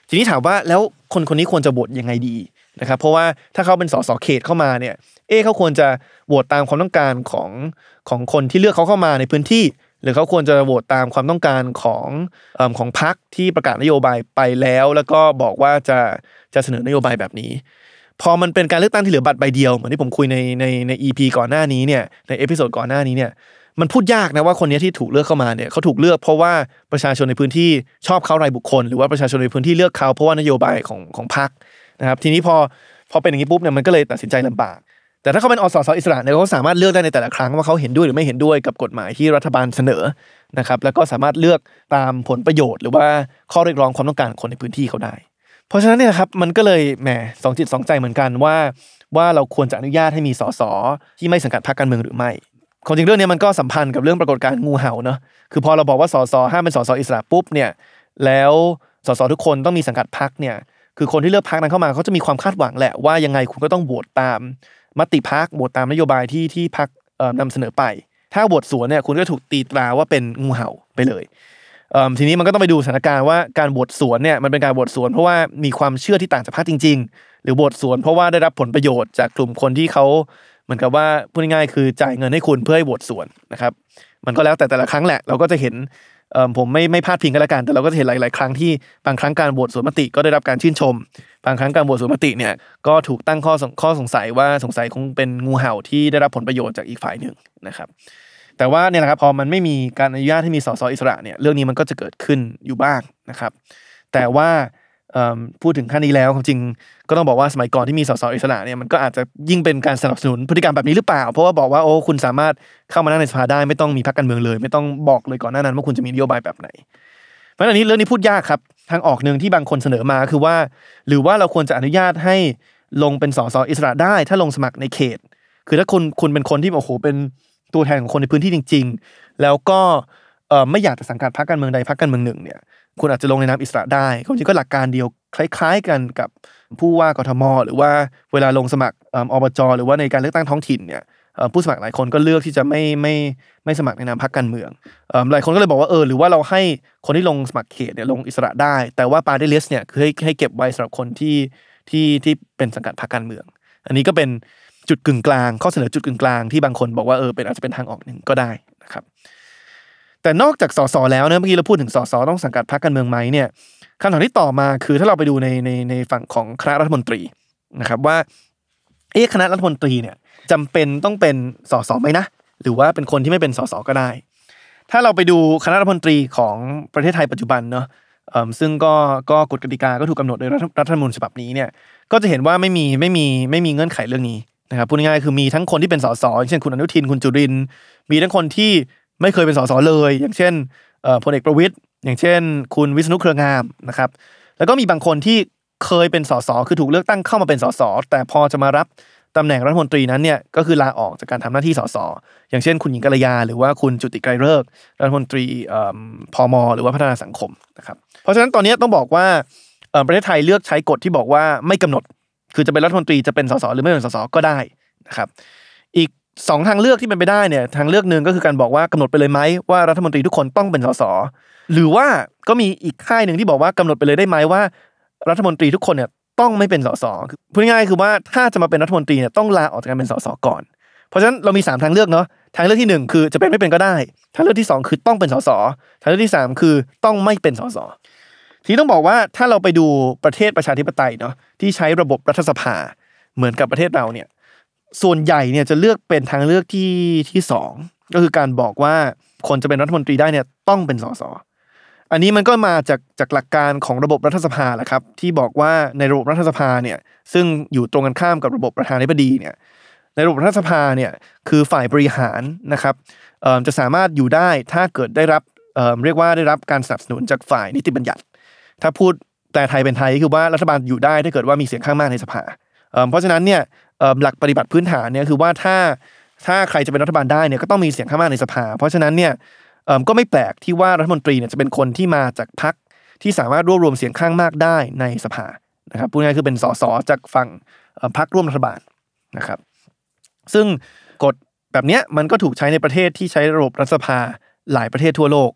D: ทีนี้ถามว่าแล้วคนคนนี้ควรจะโหวตยังไงดีนะครับเพราะว่าถ้าเขาเป็นสสเขตเข้ามาเนี่ยเขาควรจะโหวตตามความต้องการของคนที่เลือกเขาเข้ามาในพื้นที่หรือเขาควรจะโหวตตามความต้องการของพรรคที่ประกาศนโยบายไปแล้วก็บอกว่าจะเสนอนโยบายแบบนี้พอมันเป็นการเลือกตั้งที่เหลือบัตรใบเดียวเหมือนที่ผมคุยใน EP ก่อนหน้านี้เนี่ยในเอพิโซดก่อนหน้านี้เนี่ยมันพูดยากนะว่าคนนี้ที่ถูกเลือกเข้ามาเนี่ยเขาถูกเลือกเพราะว่าประชาชนในพื้นที่ชอบเขารายบุคคลหรือว่าประชาชนในพื้นที่เลือกเขาเพราะว่านโยบายของพรรคนะครับทีนี้พอเป็นอย่างนี้ปุ๊บเนี่ยมันก็เลยตัดสินใจลำบากแต่ถ้าเขาเป็นสสอิสระเนี่ยเขาสามารถเลือกได้ในแต่ละครั้งว่าเขาเห็นด้วยหรือไม่เห็นด้วยกับกฎหมายที่รัฐบาลเสนอนะครับแล้วก็สามารถเลือกตามผลประโยชน์หรือว่าข้อเรียกร้องความต้องการของคนในพื้นที่เขาได้เพราะฉะนั้นเนี่ยครับมันก็เลยแหมสองจิตสองใจเหมือนกันว่าเราควรจะอนุญาตให้มีสสที่ไม่สังกัดพรรคการเมืองหรือไม่ความจริงเรื่องนี้มันก็สัมพันธ์กับเรื่องปรากฏการณ์งูเห่าเนอะคือพอเราบอกว่าสสห้ามเป็นสสอิสระปุ๊บเนี่ยแล้วสสทุกคนต้องมีสังกัดพรรคเนี่ยคือคนที่เลือกพรรคนั้นเข้ามาเขาจะมีความคาดหวังแหละว่ายังไงคุณก็ต้องโหวตตามมติพรรคโหวตตามนโยบายที่พรรคนำเสนอไปถ้าโหวตสวนเนี่ยคุณก็ถูกตีตราว่าเป็นงูเห่าไปเลยทีนี้มันก็ต้องไปดูสถานการณ์ว่าการโหวตสวนเนี่ยมันเป็นการโหวตสวนเพราะว่ามีความเชื่อที่ต่างจากพรรคจริงๆหรือโหวตสวนเพราะว่าได้รับผลประโยชน์จากกลุ่มคนที่เขาเหมือนกับว่าพูดง่ายๆคือจ่ายเงินให้คุณเพื่อให้โหวตสวนนะครับมันก็แล้วแต่ละครั้งแหละเราก็จะเห็นผมไม่พลาดพิงกันละกันแต่เราก็จะเห็นหลายๆครั้งที่บางครั้งการโหวตสวนมติก็ได้รับการชื่นชมบางครั้งการโหวตสวนมติเนี่ยก็ถูกตั้งข้อสงสัยว่าสงสัยคงเป็นงูเห่าที่ได้รับผลประโยชน์จากอีกฝ่ายหนึ่งนะครับแต่ว่าเนี่ยแหละครับพอมันไม่มีการอนุญาตให้มีสสอิสระเนี่ยเรื่องนี้มันก็จะเกิดขึ้นอยู่บ้างนะครับแต่ว่าพูดถึงขั้นนี้แล้วจริงก็ต้องบอกว่าสมัยก่อนที่มีสสอิสระเนี่ยมันก็อาจจะยิ่งเป็นการสนับสนุนพฤติกรรมแบบนี้หรือเปล่าเพราะว่าบอกว่าโอ้คุณสามารถเข้ามานั่งในสภาได้ไม่ต้องมีพรรคการเมืองเลยไม่ต้องบอกเลยก่อนหน้านั้นว่าคุณจะมีนโยบายแบบไหนเพราะฉะนั้นเรื่องนี้พูดยากครับทางออกนึงที่บางคนเสนอมาคือว่าหรือว่าเราควรจะอนุญาตให้ลงเป็นสสอิสระได้ถ้าลงสมัครในเขตคือถ้าคุณเป็นคนที่โอ้โหเป็นตัวแทนของคนในพื้นที่จริงๆแล้วก็ไม่อยากจะสังกัดพรรคการเมืองใดพรรคการเมืองหนึ่งเนี่ยคุณอาจจะลงในนามอิสระได้จริงๆก็หลักการเดียวคล้ายๆกันกับผู้ว่ากทมหรือว่าเวลาลงสมัครอบจหรือว่าในการเลือกตั้งท้องถิ่นเนี่ยผู้สมัครหลายคนก็เลือกที่จะไม่สมัครในนามพรรคการเมืองหลายคนก็เลยบอกว่าหรือว่าเราให้คนที่ลงสมัครเขตเนี่ยลงอิสระได้แต่ว่า party list เนี่ยคือให้เก็บไว้สำหรับคนที่เป็นสังกัดพรรคการเมืองอันนี้ก็เป็นจุดกึ่งกลางข้อเสนอจุดกึ่งกลางที่บางคนบอกว่าอาจจะเป็นทางออกหนึ่งก็ได้นะครับแต่นอกจากสสแล้วเนี่ยเมื่อกี้เราพูดถึงสสต้องสังกัดพรรคการเมืองไหมเนี่ยคำถามที่ต่อมาคือถ้าเราไปดูในฝั่งของคณะรัฐมนตรีนะครับว่าคณะรัฐมนตรีเนี่ยจำเป็นต้องเป็นสสไหมนะหรือว่าเป็นคนที่ไม่เป็นสสก็ได้ถ้าเราไปดูคณะรัฐมนตรีของประเทศไทยปัจจุบันเนาะซึ่งก็กฎกติกาก็ถูกกำหนดโดยรัฐธรรมนูญฉบับนี้เนี่ยก็จะเห็นว่าไม่มีเงื่อนไขเรื่องนี้นะครับพูดง่ายๆคือมีทั้งคนที่เป็นสสเช่นคุณอนุทินคุณจุรินทร์มีทั้งคนที่ไม่เคยเป็นสสเลยอย่างเช่นพลเอกประวิตรอย่างเช่นคุณวิษณุเครืองามนะครับแล้วก็มีบางคนที่เคยเป็นสสคือถูกเลือกตั้งเข้ามาเป็นสสแต่พอจะมารับตำแหน่งรัฐมนตรีนั้นเนี่ยก็คือลาออกจากการทำหน้าที่สสอย่างเช่นคุณหญิงกัลยาหรือว่าคุณจุติไกรฤกษ์รัฐมนตรีพม.หรือว่าพัฒนาสังคมนะครับเพราะฉะนั้นตอนนี้ต้องบอกว่าประเทศไทยเลือกใช้กฎที่บอกว่าไม่กำหนดคือจะเป็นรัฐมนตรีจะเป็นสสหรือไม่เป็นสสก็ได้นะครับอีก2ทางเลือกที่เป็นไปได้เนี่ยทางเลือกนึงก็คือการบอกว่ากำหนดไปเลยไหมว่ารัฐมนตรีทุกคนต้องเป็นสสหรือว่าก็มีอีกค่ายนึงที่บอกว่ากำหนดไปเลยได้ไหมว่ารัฐมนตรีทุกคนเนี่ยต้องไม่เป็นสสพูดง่ายๆคือว่าถ้าจะมาเป็นรัฐมนตรีเนี่ยต้องลาออกจากการเป็นสสก่อนเพราะฉะนั้นเรามี3ทางเลือกเนาะทางเลือกที่1คือจะเป็นไม่เป็นก็ได้ทางเลือกที่2คือต้องเป็นสสทางเลือกที่3คือต้องไม่เป็นสสทีนี้ต้องบอกว่าถ้าเราไปดูประเทศประชาธิปไตยเนาะที่ใช้ระบบรัฐสภาเหมือนกับประเทศเราเนี่ยส่วนใหญ่เนี่ยจะเลือกเป็นทางเลือกที่2ก็คือการบอกว่าคนจะเป็นรัฐมนตรีได้เนี่ยต้องเป็นสสอันนี้มันก็มาจากหลักการของระบบรัฐสภาแหละครับที่บอกว่าในระบบรัฐสภาเนี่ยซึ่งอยู่ตรงกันข้ามกับระบบประธานาธิบดีเนี่ยในระบบรัฐสภาเนี่ยคือฝ่ายบริหารนะครับจะสามารถอยู่ได้ถ้าเกิดได้รับเรียกว่าได้รับการสนับสนุนจากฝ่ายนิติบัญญัติถ้าพูดแต่ไทยเป็นไทยคือว่ารัฐบาลอยู่ได้ถ้าเกิดว่ามีเสียงข้างมากในสภาเพราะฉะนั้นเนี่ยหลักปฏิบัติพื้นฐานเนี่ยคือว่าถ้าใครจะเป็นรัฐบาลได้เนี่ยก็ต้องมีเสียงข้างมากในสภาเพราะฉะนั้นเนี่ยก็ไม่แปลกที่ว่ารัฐมนตรีเนี่ยจะเป็นคนที่มาจากพรรคที่สามารถรวบรวมเสียงข้างมากได้ในสภานะครับพูดง่ายๆคือเป็นสสจากฝั่งพรรคร่วมรัฐบาลนะครับซึ่งกฎแบบเนี้ยมันก็ถูกใช้ในประเทศที่ใช้ระบบรัฐสภาหลายประเทศทั่วโลก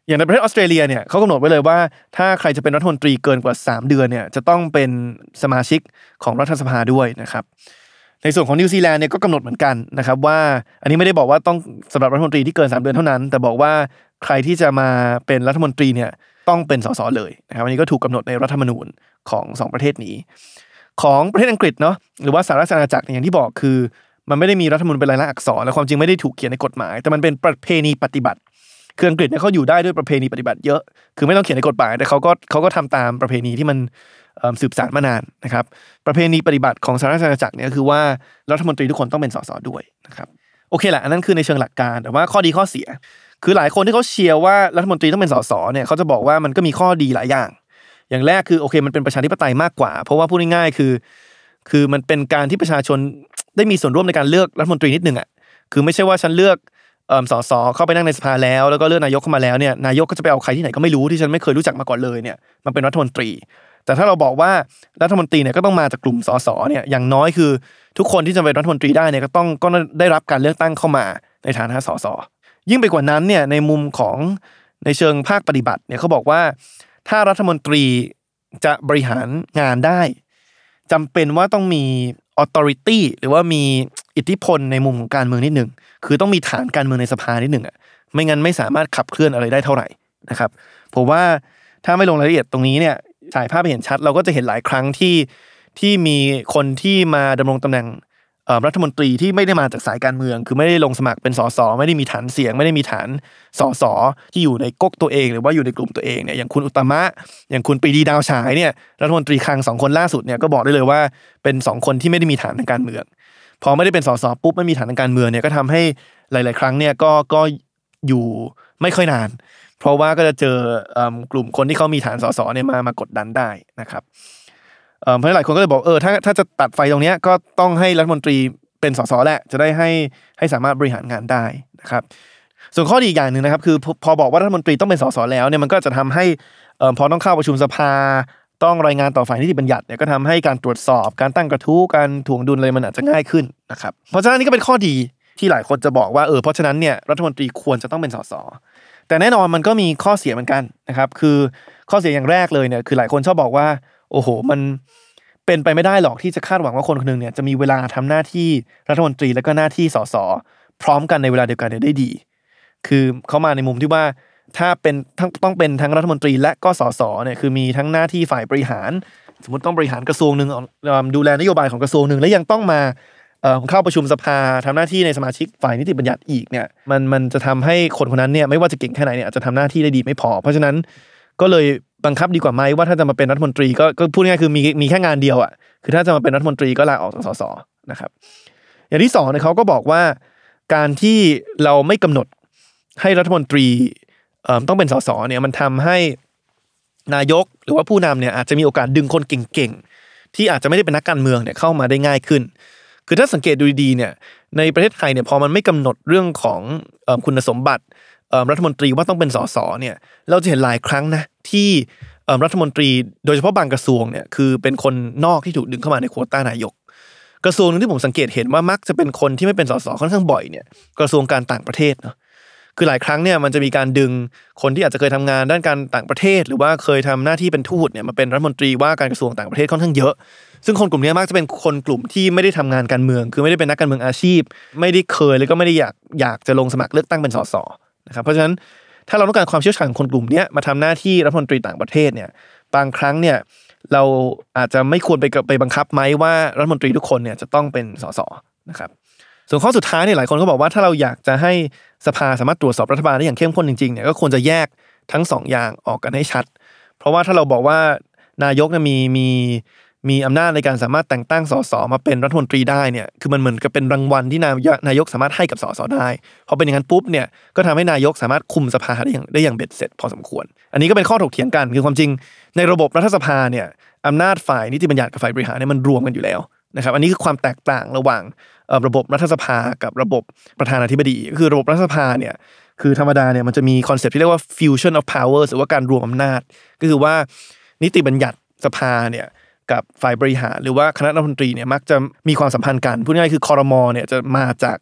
D: อย่างในประเทศออสเตรเลียเนี่ยเขากำหนดไว้เลยว่าถ้าใครจะเป็นรัฐมนตรีเกินกว่า3เดือนเนี่ยจะต้องเป็นสมาชิกของรัฐสภาด้วยนะครับในส่วนของนิวซีแลนด์เนี่ยก็กำหนดเหมือนกันนะครับว่าอันนี้ไม่ได้บอกว่าต้องสำหรับรัฐมนตรีที่เกิน3เดือนเท่านั้นแต่บอกว่าใครที่จะมาเป็นรัฐมนตรีเนี่ยต้องเป็นสสเลยนะครับอันนี้ก็ถูกกำหนดในรัฐธรรมนูญของ2ประเทศนี้ของประเทศอังกฤษเนาะหรือว่าสหราชอาณาจักรอย่างที่บอกคือมันไม่ได้มีรัฐธรรมนูญเป็นลายลักษณ์อักษรและความจริงไม่ได้ถูกเขียนในกฎหมายแต่มันเป็นประเพณีปฏิบัติคืออังกฤษเนี่ยเขาอยู่ได้ด้วยประเพณีปฏิบัติเยอะคือไม่ต้องเขียนในกฎหมายแต่เขาก็ทำตามประเพณีที่มันสืบสานมานานนะครับประเพณีปฏิบัติของสหราชอาณาจักรเนี่ยคือว่ารัฐมนตรีทุกคนต้องเป็นสสด้วยนะครับโอเคแหละอันนั้นคือในเชิงหลักการแต่ว่าข้อดีข้อเสียคือหลายคนที่เขาเชียร์ว่ารัฐมนตรีต้องเป็นสสเนี่ยเขาจะบอกว่ามันก็มีข้อดีหลายอย่างแรกคือโอเคมันเป็นประชาธิปไตยมากกว่าเพราะว่าพูดง่ายๆคือมันเป็นการที่ประชาชนได้มีส่วนร่วมในการเลือกรัฐมนตรีนิดนึงอ่ะคือไม่ใช่ว่าฉันเลือกสสเข้าไปนั่งในสภาแล้วก็เลือกนายกเข้ามาแล้วเนี่ยนายกก็จะไปเอาใครที่ไหนก็ไม่รู้ที่ฉันไม่เคยรู้จักมาก่อนเลยเนี่ยมันเป็นรัฐมนตรีแต่ถ้าเราบอกว่ารัฐมนตรีเนี่ยก็ต้องมาจากกลุ่มสสเนี่ยอย่างน้อยคือทุกคนที่จะเป็นรัฐมนตรีได้เนี่ยก็ได้รับการเลือกตั้งเข้ามาในฐานะสสยิ่งไปกว่านั้นเนี่ยในมุมของในเชิงภาคปฏิบัติเนี่ยเขาบอกว่าถ้ารัฐมนตรีจะบริหารงานได้จำเป็นว่าต้องมี authority หรือว่ามีอิทธิพลในมุมของการเมืองนิดหนึ่งคือต้องมีฐานการเมืองในสภานิดหนึ่งอ่ะไม่งั้นไม่สามารถขับเคลื่อนอะไรได้เท่าไหร่นะครับผมว่าถ้าไม่ลงรายละเอียดตรงนี้เนี่ยฉายภาพไปเห็นชัดเราก็จะเห็นหลายครั้งที่มีคนที่มาดำรงตำแหน่งรัฐมนตรีที่ไม่ได้มาจากสายการเมืองคือไม่ได้ลงสมัครเป็นสสไม่ได้มีฐานเสียงไม่ได้มีฐานสสที่อยู่ในก๊กตัวเองหรือว่าอยู่ในกลุ่มตัวเองเนี่ยอย่างคุณอุตตมะอย่างคุณปรีดีดาวฉายเนี่ยรัฐมนตรีคลัง2คนล่าสุดเนี่ยก็บอกได้เลยว่าเป็น2คนที่ไม่ได้มีฐานทางการเมืองพอไม่ได้เป็นสสปุ๊บไม่มีฐานทางการเมืองเนี่ยก็ทำให้หลายๆครั้งเนี่ยก็อยู่ไม่ค่อยนานเพราะว่าก็จะเจอกลุ่มคนที่เขามีฐานสสเนี่ยมากดดันได้นะครับเพราะหลายคนก็เลยบอกถ้าจะตัดไฟตรงนี้ก็ต้องให้รัฐมนตรีเป็นสสแหละจะได้ให้สามารถบริหารงานได้นะครับส่วนข้อดีอย่างนึงนะครับคือพอบอกว่ารัฐมนตรีต้องเป็นสสแล้วเนี่ยมันก็จะทำให้พอต้องเข้าประชุมสภาต้องรายงานต่อฝ่ายนิติบัญญัติเนี่ยก็ทำให้การตรวจสอบการตั้งกระทู้การถ่วงดุลอะไรมันอาจจะง่ายขึ้นนะครับเพราะฉะนั้นนี่ก็เป็นข้อดีที่หลายคนจะบอกว่าเพราะฉะนั้นเนี่ยรัฐมนตรีควรจะต้องเป็นสสแต่แน่นอนมันก็มีข้อเสียเหมือนกันนะครับคือข้อเสียอย่างแรกเลยเนี่ยคือหลายคนชอบบอกว่าโอ้โหมันเป็นไปไม่ได้หรอกที่จะคาดหวังว่าคนคนนึงเนี่ยจะมีเวลาทำหน้าที่รัฐมนตรีแล้วก็หน้าที่สสพร้อมกันในเวลาเดียวกันได้ดีคือเขามาในมุมที่ว่าถ้าเป็นต้องเป็นทั้งรัฐมนตรีและก็สสเนี่ยคือมีทั้งหน้าที่ฝ่ายบริหารสมมติต้องบริหารกระทรวงนึงดูแลนโยบายของกระทรวงนึงแล้วยังต้องมาเข้าประชุมสภาทำหน้าที่ในสมาชิกฝ่ายนิติบัญญัติอีกเนี่ยมันจะทำให้คนคนนั้นเนี่ยไม่ว่าจะเก่งแค่ไหนเนี่ยอาจจะทำหน้าที่ได้ดีไม่พอเพราะฉะนั้นก็เลยบังคับดีกว่าไหมว่าถ้าจะมาเป็นรัฐมนตรีก็พูดง่ายๆคือมีแค่งานเดียวอ่ะคือถ้าจะมาเป็นรัฐมนตรีก็ลาออกจากสสนะครับอย่างที่2เนี่ยเขาก็บอกว่าการที่เราไม่กำหนดให้รัฐมนตรีต้องเป็นสสเนี่ยมันทำให้นายกหรือว่าผู้นำเนี่ยอาจจะมีโอกาสดึงคนเก่งๆที่อาจจะไม่ได้เป็นนักการเมืองเนี่ยเข้ามาได้ง่ายขึ้นคือถ้าสังเกตดูดีๆเนี่ยในประเทศไทยเนี่ยพอมันไม่กำหนดเรื่องของคุณสมบัติรัฐมนตรีว่าต้องเป็นสสเนี่ยเราจะเห็นหลายครั้งนะที่รัฐมนตรีโดยเฉพาะบางกระทรวงเนี่ยคือเป็นคนนอกที่ถูกดึงเข้ามาในโควต้านายกกระทรวงนึงที่ผมสังเกตเห็นว่ามักจะเป็นคนที่ไม่เป็นสสค่อนข้างบ่อยเนี่ยกระทรวงการต่างประเทศเนาะคือหลายครั้งเนี่ยมันจะมีการดึงคนที่อาจจะเคยทำงานด้านการต่างประเทศหรือว่าเคยทำหน้าที่เป็นทูตเนี่ยมาเป็นรัฐมนตรีว่าการกระทรวงต่างประเทศค่อนข้างเยอะซึ่งคนกลุ่มนี้มักจะเป็นคนกลุ่มที่ไม่ได้ทำงานการเมืองคือไม่ได้เป็นนักการเมืองอาชีพไม่ได้เคยแล้วก็ไม่ได้อยากจะลงสมัครเลือกตั้งเป็นสสนะครับเพราะฉะนั้นถ้าเราต้องการความเชี่ยวชาญของคนกลุ่มนี้มาทำหน้าที่รัฐมนตรีต่างประเทศเนี่ยบางครั้งเนี่ยเราอาจจะไม่ควรไปบังคับไหมว่ารัฐมนตรีทุกคนเนี่ยจะต้องเป็นสสนะครับส่วนข้อสุดท้ายเนี่ยหลายคนก็บอกว่าถ้าเราอยากจะให้สภาสามารถตรวจสอบรัฐบาลได้อย่างเข้มข้นจริงๆเนี่ยก็ควรจะแยกทั้ง2อย่างออกกันให้ชัดเพราะว่าถ้าเราบอกว่านายกเนี่ยมีอำนาจในการสามารถแต่งตั้งสสมาเป็นรัฐมนตรีได้เนี่ยคือมันเหมือนกับเป็นรางวัลที่นายกสามารถให้กับสสได้พอเป็นอย่างนั้นปุ๊บเนี่ยก็ทำให้นายกสามารถคุมสภาได้อย่างเบ็ดเสร็จพอสมควรอันนี้ก็เป็นข้อถกเถียงกันคือความจริงในระบบรัฐสภาเนี่ยอำนาจฝ่ายนิติบัญญัติกับฝ่ายบริหารเนี่ยมันรวมกันอยู่แล้วนะครับอันนี้คือความแตกต่างระหว่างระบบรัฐสภากับระบบประธานาธิบดีก็คือระบบรัฐสภาเนี่ยคือธรรมดาเนี่ยมันจะมีคอนเซ็ปต์ที่เรียกว่า fusion of powers หรือว่าการรวมอำนาจก็คือว่านิติบัญญัติสภาเนี่ยกับฝ่ายบริหารหรือว่าคณะรัฐมนตรีเนี่ยมักจะมีความสัมพันธ์กันพูดง่ายๆคือครม.เนี่ยจะมาจาก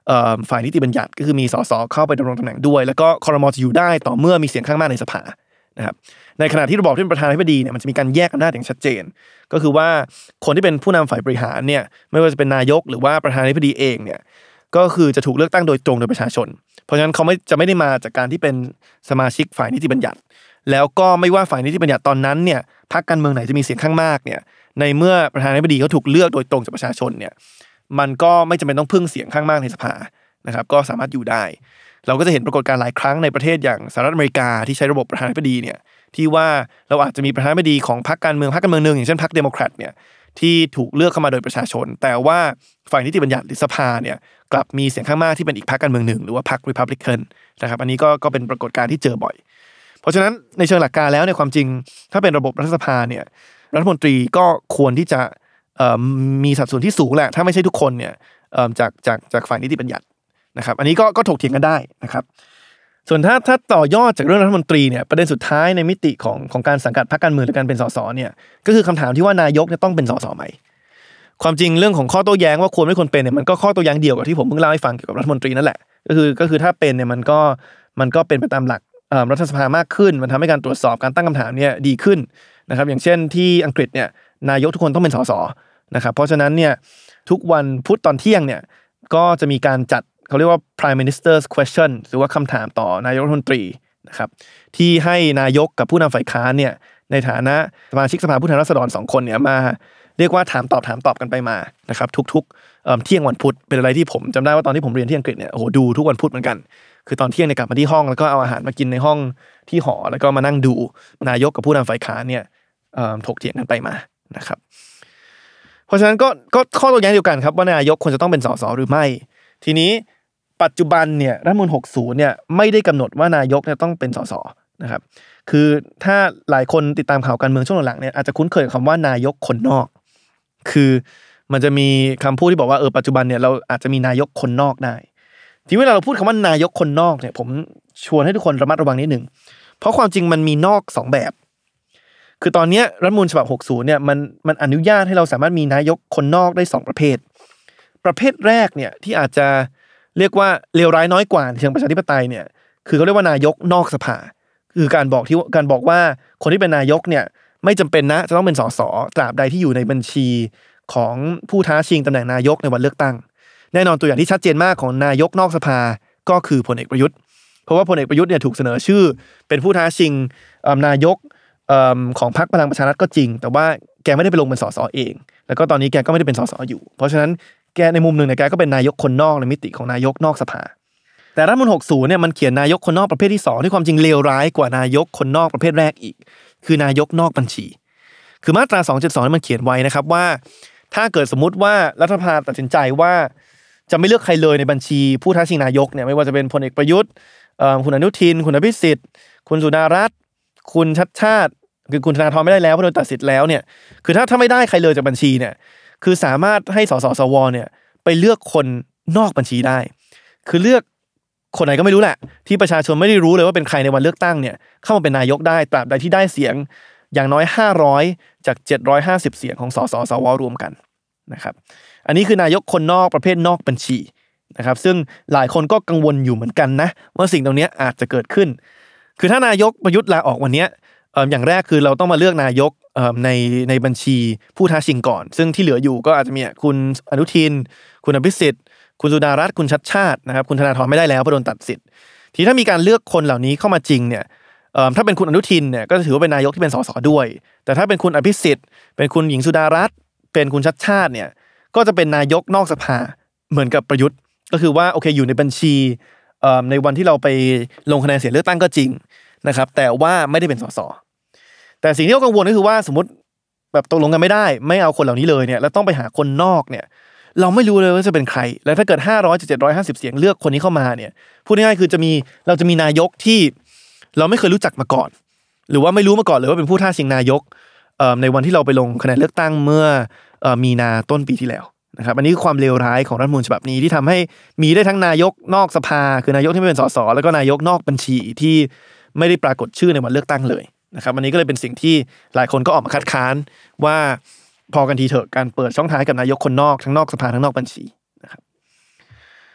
D: ฝ่ายนิติบัญญัติก็คือมีสสเข้าไปดำรงตำแหน่งด้วยแล้วก็ครม.จะอยู่ได้ต่อเมื่อมีเสียงข้างมากในสภานะครับในขณะที่ระบอบที่เป็นประธานาธิบดีเนี่ยมันจะมีการแยกอำนาจอย่างชัดเจนก็คือว่าคนที่เป็นผู้นำฝ่ายบริหารเนี่ยไม่ว่าจะเป็นนายกหรือว่าประธานาธิบดีเองเนี่ยก็คือจะถูกเลือกตั้งโดยตรงโดยประชาชนเพราะฉะนั้นเขาจะไม่ได้มาจากการที่เป็นสมาชิกฝ่ายนิติบัญญัติแล้วก็ไม่ว่าฝ่ายนิติบัญญัติตอนนั้นเนี่ยพรรคการเมืองไหนจะมีเสียงข้างมากเนี่ยในเมื่อประธานาธิบดีเขาถูกเลือกโดยตรงจากประชาชนเนี่ยมันก็ไม่จำเป็นต้องพึ่งเสียงข้างมากในสภานะครับก็สามารถอยู่ได้เราก็จะเห็นปรากฏการณ์หลายครั้งในประเทศอย่างสหรัฐอเมริกาที่ใช้ระบบประธานาธิบดีเนี่ยที่ว่าเราอาจจะมีประธานาธิบดีของพรรคการเมืองนึงอย่างเช่นพรรคเดโมแครตเนี่ยที่ถูกเลือกเข้ามาโดยประชาชนแต่ว่าฝ่ายนิติบัญญัติหรือสภาเนี่ยกลับมีเสียงข้างมากที่เป็นอีกพรรคการเมืองหนึ่งหรือว่าพรรครีพับลิกันนะครับอันนี้ก็เป็นปรากฏการณ์ที่เจอบ่อยเพราะฉะนั้นในเชิงหลักการแล้วในความจริงถ้าเป็นระบบรัฐสภาเนี่ยรัฐมนตรีก็ควรที่จะมีสัดส่วนที่สูงแหละถ้าไม่ใช่ทุกคนเนี่ยจากฝ่ายนิติบัญญัตินะครับอันนี้ก็ถกเถียงกันได้นะครับส่วนถ้าต่อยอดจากเรื่องรัฐมนตรีเนี่ยประเด็นสุดท้ายในมิติของการสังกัดพรรคการเมืองหรือการเป็นสสเนี่ยก็คือคำถามที่ว่านายกเนี่ยต้องเป็นสสไหมความจริงเรื่องของข้อโต้แย้งว่าควรไม่ควรเป็นเนี่ยมันก็ข้อโต้แย้งเดียวกับที่ผมเพิ่งเล่าให้ฟังเกี่ยวกับรัฐมนตรีนั่นแหละก็คือถ้าเป็นเนี่ยมันก็เป็นไปตามหลักรัฐสภามากขึ้นมันทำให้การตรวจสอบการตั้งคำถามเนี่ยดีขึ้นนะครับอย่างเช่นที่อังกฤษเนี่ยนายกทุกคนต้องเป็นสสนะครับเพราะฉะนั้นเนี่ยทุกวันพุธตอนเที่ยงเนี่ยก็จะมีการจัดเขาเรียกว่า Prime Minister's Question หรือว่าคำถามต่อนายกรัฐมนตรีนะครับที่ให้นายกกับผู้นำฝ่ายค้านเนี่ยในฐานะสมาชิกสภาผู้แทนราษฎร2คนเนี่ยมาเรียกว่าถามตอบกันไปมานะครับทุกเที่ยงวันพุธเป็นอะไรที่ผมจำได้ว่าตอนที่ผมเรียนที่อังกฤษเนี่ยโอ้โหดูทุกวันพุธเหมือนกันคือตอนเที่ยงเนี่ยกลับมาที่ห้องแล้วก็เอาอาหารมากินในห้องที่หอแล้วก็มานั่งดูนายกกับผู้นำฝ่ายค้านเนี่ยถกเถียงกันไปมานะครับเพราะฉะนั้นก็ข้อโต้แย้งเดียวกันครับว่านายกควรจะต้องเป็นสสหรือไม่ทีนี้ปัจจุบันเนี่ยรัฐธรรมนูญ60เนี่ยไม่ได้กำหนดว่านายกเนี่ยต้องเป็นสสนะครับคือถ้าหลายคนติดตามข่าวการเมืองช่วงหลังๆเนี่ยอาจจะคุ้นเคยกับคำว่านายกคนนอกคือมันจะมีคำพูดที่บอกว่าปัจจุบันเนี่ยเราอาจจะมีนายกคนนอกได้ทีเวลาเราพูดคำว่านายกคนนอกเนี่ยผมชวนให้ทุกคนระมัดระวังนิดนึงเพราะความจริงมันมีนอก2แบบคือตอนนี้รัฐธรรมนูญฉบับ60เนี่ยมันอนุญาตให้เราสามารถมีนายกคนนอกได้2ประเภทแรกเนี่ยที่อาจจะเรียกว่าเลวร้ายน้อยกว่าในเชิงประชาธิปไตยเนี่ยคือเขาเรียกว่านายกนอกสภาคือการบอกว่าคนที่เป็นนายกเนี่ยไม่จำเป็นนะจะต้องเป็นสสตราบใดที่อยู่ในบัญชีของผู้ท้าชิงตำแหน่งนายกในวันเลือกตั้งแน่นอนตัวอย่างที่ชัดเจนมากของนายกนอกสภาก็คือพลเอกประยุทธ์เพราะว่าพลเอกประยุทธ์เนี่ยถูกเสนอชื่อเป็นผู้ท้าชิงนายกของพรรคพลังประชารัฐก็จริงแต่ว่าแกไม่ได้ไปลงเป็นสสเองแล้วก็ตอนนี้แกก็ไม่ได้เป็นสสอยู่เพราะฉะนั้นแกในมุมนึงเนี่ยแกก็เป็นนายกคนนอกในมิติของนายกนอกสภาแต่รัฐธรรมนูญ60เนี่ยมันเขียนนายกคนนอกประเภทที่2ที่ความจริงเลวร้ายกว่านายกคนนอกประเภทแรกอีกคือนายกนอกบัญชีคือมาตรา272มันเขียนไว้นะครับว่าถ้าเกิดสมมุติว่ารัฐสภาตัดสินใจว่าจะไม่เลือกใครเลยในบัญชีผู้ท้าชิงนายกเนี่ยไม่ว่าจะเป็นพลเอกประยุทธ์คุณอนุทินคุณอภิสิทธิ์คุณสุดารัตน์คุณชัชชาติคือคุณธนาธรไม่ได้แล้วเพราะโดนตัดสิทธิ์แล้วเนี่ยคือถ้าไม่ได้ใครเลยจากบัญชีเนี่ยคือสามารถให้สสวเนี่ยไปเลือกคนนอกบัญชีได้คือเลือกคนไหนก็ไม่รู้แหละที่ประชาชนไม่ได้รู้เลยว่าเป็นใครในวันเลือกตั้งเนี่ยเข้ามาเป็นนายกได้ตราบใดที่ได้เสียงอย่างน้อย500จาก750เสียงของสสสวรวมกันนะครับอันนี้คือนายกคนนอกประเภทนอกบัญชีนะครับซึ่งหลายคนก็กังวลอยู่เหมือนกันนะว่าสิ่งตรงนี้อาจจะเกิดขึ้นคือถ้านายกประยุทธ์ลาออกวันนี้อย่างแรกคือเราต้องมาเลือกนายกในบัญชีผู้ท้าชิงก่อนซึ่งที่เหลืออยู่ก็อาจจะมีคุณอนุทินคุณอภิสิทธิ์คุณสุดารัตน์คุณชัชชาตินะครับคุณธนาธรไม่ได้แล้วเพราะโดนตัดสิทธิ์ทีถ้ามีการเลือกคนเหล่านี้เข้ามาจริงเนี่ยถ้าเป็นคุณอนุทินเนี่ยก็จะถือว่าเป็นนายกที่เป็นสสด้วยแต่ถ้าเป็นคุณอภิสิทธิ์เป็นคุณหญิงสุดารัตน์เป็นคุณชัชชาติเนี่ยก็จะเป็นนายกนอกสภาเหมือนกับประยุทธ์ก็คือว่าโอเคอยู่ในบัญชีในวันที่เราไปลงคะแนนเสียงเลือกตั้งก็จริงนะครับแต่ว่าไม่ได้เป็นสสแต่สิ่งที่เรากังวลก็คือว่าสมมติแบบตกลงกันไม่เอาคนเหล่านี้เลยเนี่ยแล้วต้องไปหาคนนอกเนี่ยเราไม่รู้เลยว่าจะเป็นใครแล้วถ้าเกิด500จาก750เสียงเลือกคนนี้เข้ามาเนี่ยพูดง่ายๆคือเราจะมีนายกที่เราไม่เคยรู้จักมาก่อนหรือว่าไม่รู้มาก่อนเลยว่าเป็นผู้ท้าชิงนายกในวันที่เราไปลงคะแนนเลือกตั้งเมื่อมีนาต้นปีที่แล้วนะครับอันนี้คือความเลวร้ายของรัฐธรรมนูญฉบับนี้ที่ทำให้มีได้ทั้งนายกนอกสภาคือนายกที่ไม่เป็นสสแล้วก็นายกนอกบัญชีที่ไม่ได้ปรากฏชื่อในวันเลือกตั้งเลยนะครับอันนี้ก็เลยเป็นสิ่งที่หลายคนก็ออกมาคัดค้านว่าพอกันทีเถอะการเปิดช่องทางให้กับนายกคนนอกทั้งนอกสภาทั้งนอกบัญชีนะครับ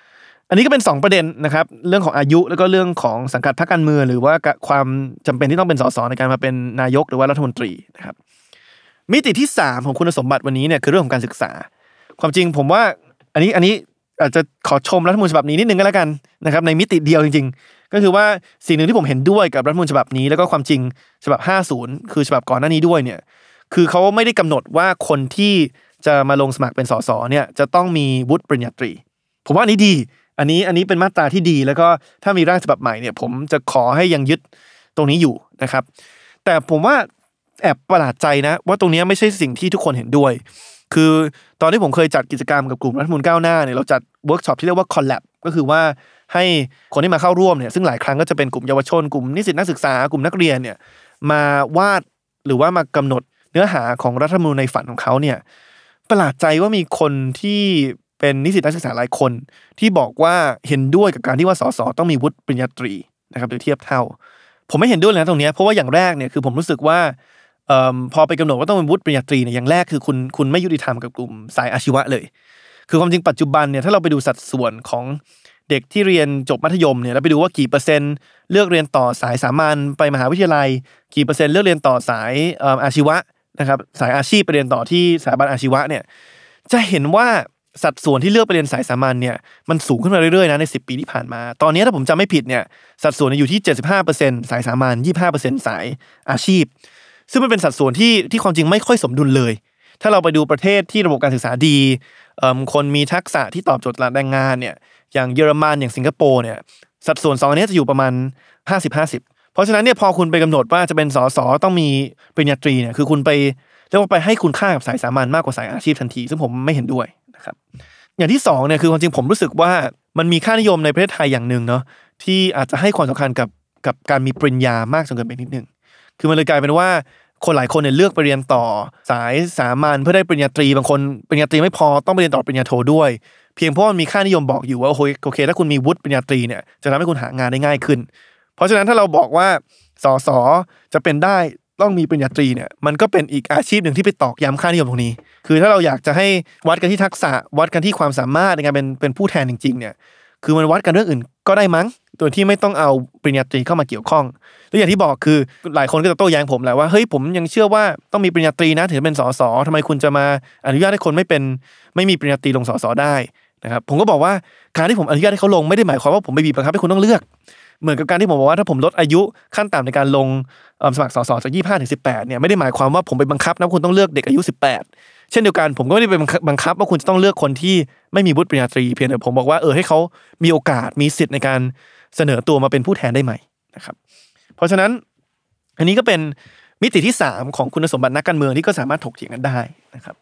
D: อันนี้ก็เป็น2ประเด็นนะครับเรื่องของอายุแล้วก็เรื่องของสังกัดพรรคการเมืองหรือว่าความจำเป็นที่ต้องเป็นสสในการมาเป็นนายกหรือว่ารัฐมนตรีนะครับมิติที่3ของคุณสมบัติวันนี้เนี่ยคือเรื่องของการศึกษาความจริงผมว่าอันนี้อาจจะขอชมรัฐธรรมนูญฉบับนี้นิดนึงก็แล้วกันนะครับในมิติเดียวจริงๆก็คือว่าสิ่งหนึ่งที่ผมเห็นด้วยกับรัฐธรรมนูญฉบับนี้แล้วก็ความจริงฉบับ50คือฉบับก่อนหน้านี้ด้วยเนี่ยคือเขาไม่ได้กำหนดว่าคนที่จะมาลงสมัครเป็นสสเนี่ยจะต้องมีวุฒิปริญญาตรีผมว่าอันนี้ดีอันนี้เป็นมาตราที่ดีแล้วก็ถ้ามีร่างฉบับใหม่เนี่ยผมจะขอให้ยังยึดตรงนี้อยู่นะครับแต่ผมว่าแอบประหลาดใจนะว่าตรงนี้ไม่ใช่สิ่งที่ทุกคนเห็นด้วยคือตอนที่ผมเคยจัดกิจกรรมกับกลุ่มรัฐมนตรีก้าวหน้าเนี่ยเราจัดเวิร์กช็อปที่เรียกว่าคอลแลบก็คือว่าให้คนที่มาเข้าร่วมเนี่ยซึ่งหลายครั้งก็จะเป็นกลุ่มเยาวชนกลุ่มนิสิตนักศึกษากลุ่มนักเรียนเนี่ยมาวาดหรือว่ามากำหนดเนื้อหาของรัฐธรรมนูญในฝันของเขาเนี่ยประหลาดใจว่ามีคนที่เป็นนิสิตนักศึกษาหลายคนที่บอกว่าเห็นด้วยกับการที่ว่าสสต้องมีวุฒิปริญญาตรีนะครับหรือเทียบเท่าผมไม่เห็นด้วยเลยนะตรงนี้เพราะว่าอย่างแรกเนี่ยคือผมรู้สึกว่าพอไปกำหนดว่าต้องเป็นวุฒิปริญญาตรีเนี่ยอย่างแรกคือคุณไม่ยุติธรรมกับกลุ่มสายอาชีวะเลยคือความจริงปัจจุบันเนี่ยถ้าเราไปดูสัดส่วนของเด็กที่เรียนจบมัธยมเนี่ยแล้วไปดูว่ากี่เปอร์เซ็นต์เลือกเรียนต่อสายสามัญไปมหาวิทยาลัยกี่เปอร์เซ็นต์เลือกเรียนต่อสายอาชีวะนะครับสายอาชีพไปเรียนต่อที่สถาบันอาชีวะเนี่ยจะเห็นว่าสัดส่วนที่เลือกไปเรียนสายสามัญเนี่ยมันสูงขึ้นมาเรื่อยๆนะใน10 ปีที่ผ่านมาตอนนี้ถ้าผมจำไม่ผิดเนี่ยสัดส่วนอยู่ที่ 75% สายสามัญ 25% สายอาชีพซึ่งมันเป็นสัดส่วนที่ความจริงไม่ค่อยสมดุลเลยถ้าเราไปดูประเทศที่ระบบการศึกษาดีคนมีทักษะที่ตอบโจทย์ตลาดแรงงานเนี่ยอย่างเยอรมันอย่างสิงคโปร์เนี่ยสัดส่วน2อันนี้จะอยู่ประมาณ 50-50 เพราะฉะนั้นเนี่ยพอคุณไปกำหนดว่าจะเป็นสสต้องมีปริญญาตรีเนี่ยคือคุณไปเรียกว่าไปให้คุณค่ากับสายสามัญมากกว่าสายอาชีพทันทีซึ่งผมไม่เห็นด้วยนะครับอย่างที่2เนี่ยคือความจริงผมรู้สึกว่ามันมีค่านิยมในประเทศไทยอย่างนึงเนาะที่อาจจะให้ความสำคัญกับการมีปริญญามากจนเกินไปนิดนึงคือมันเลยกลายเป็นว่าคนหลายคนเนี่ยเลือกไปเรียนต่อสายสามัญเพื่อได้ปริญญาตรีบางคนปริญญาตรีไม่พอต้องไปเรียนต่อปริญญาโทด้วยเพียงเพราะมันมีค่านิยมบอกอยู่ว่าโอเคถ้าคุณมีวุฒิปริญญาตรีเนี่ยจะทำให้คุณหางานได้ง่ายขึ้นเพราะฉะนั้นถ้าเราบอกว่าสสจะเป็นได้ต้องมีปริญญาตรีเนี่ยมันก็เป็นอีกอาชีพหนึ่งที่ไปตอกย้ำค่านิยมตรงนี้คือถ้าเราอยากจะให้วัดกันที่ทักษะวัดกันที่ความสามารถในการเป็นผู้แทนจริงๆเนี่ยคือมันวัดกันเรื่องอื่นก็ได้มั้งโดยที่ไม่ต้องเอาปริญญาตรีเข้ามาเกี่ยวข้องและอย่างที่บอกคือหลายคนก็จะโต้แย้งผมแหละว่าเฮ้ยผมยังเชื่อว่าต้องมีปริญญาตรีนะถึงจะเป็นสสทำไมคุณจะมาอนุญาตให้คนไม่มีปริญญาตรีลงสสได้นะครับผมก็บอกว่าการที่ผมอนุญาตให้เขาลงไม่ได้หมายความว่าผมไปบีบบังคับให้คุณต้องเลือกเหมือนกับการที่ผมบอกว่าถ้าผมลดอายุขั้นต่ำในการลงสมัครสสจาก25 ถึง 18เนี่ยไม่ได้หมายความว่าผมไปบังคับนะคุณต้องเลือกเด็กอายุ18เช่นเดียวกันผมก็ไม่ได้ไปบังคับว่าคุณจะต้องเลือกคนที่ไม่มีวุฒิปริญญาตรีเพียงแต่ผมบอกว่าให้เขามีโอกาสมีสิทธิ์ในการเสนอตัวมาเป็นผู้แทนได้ไหมนะครับเพราะฉะนั้นอันนี้ก็เป็นมิติที่3ของคุณสมบัตินักการเมืองที่ก็สามารถถกเถียงกันได้นะครับ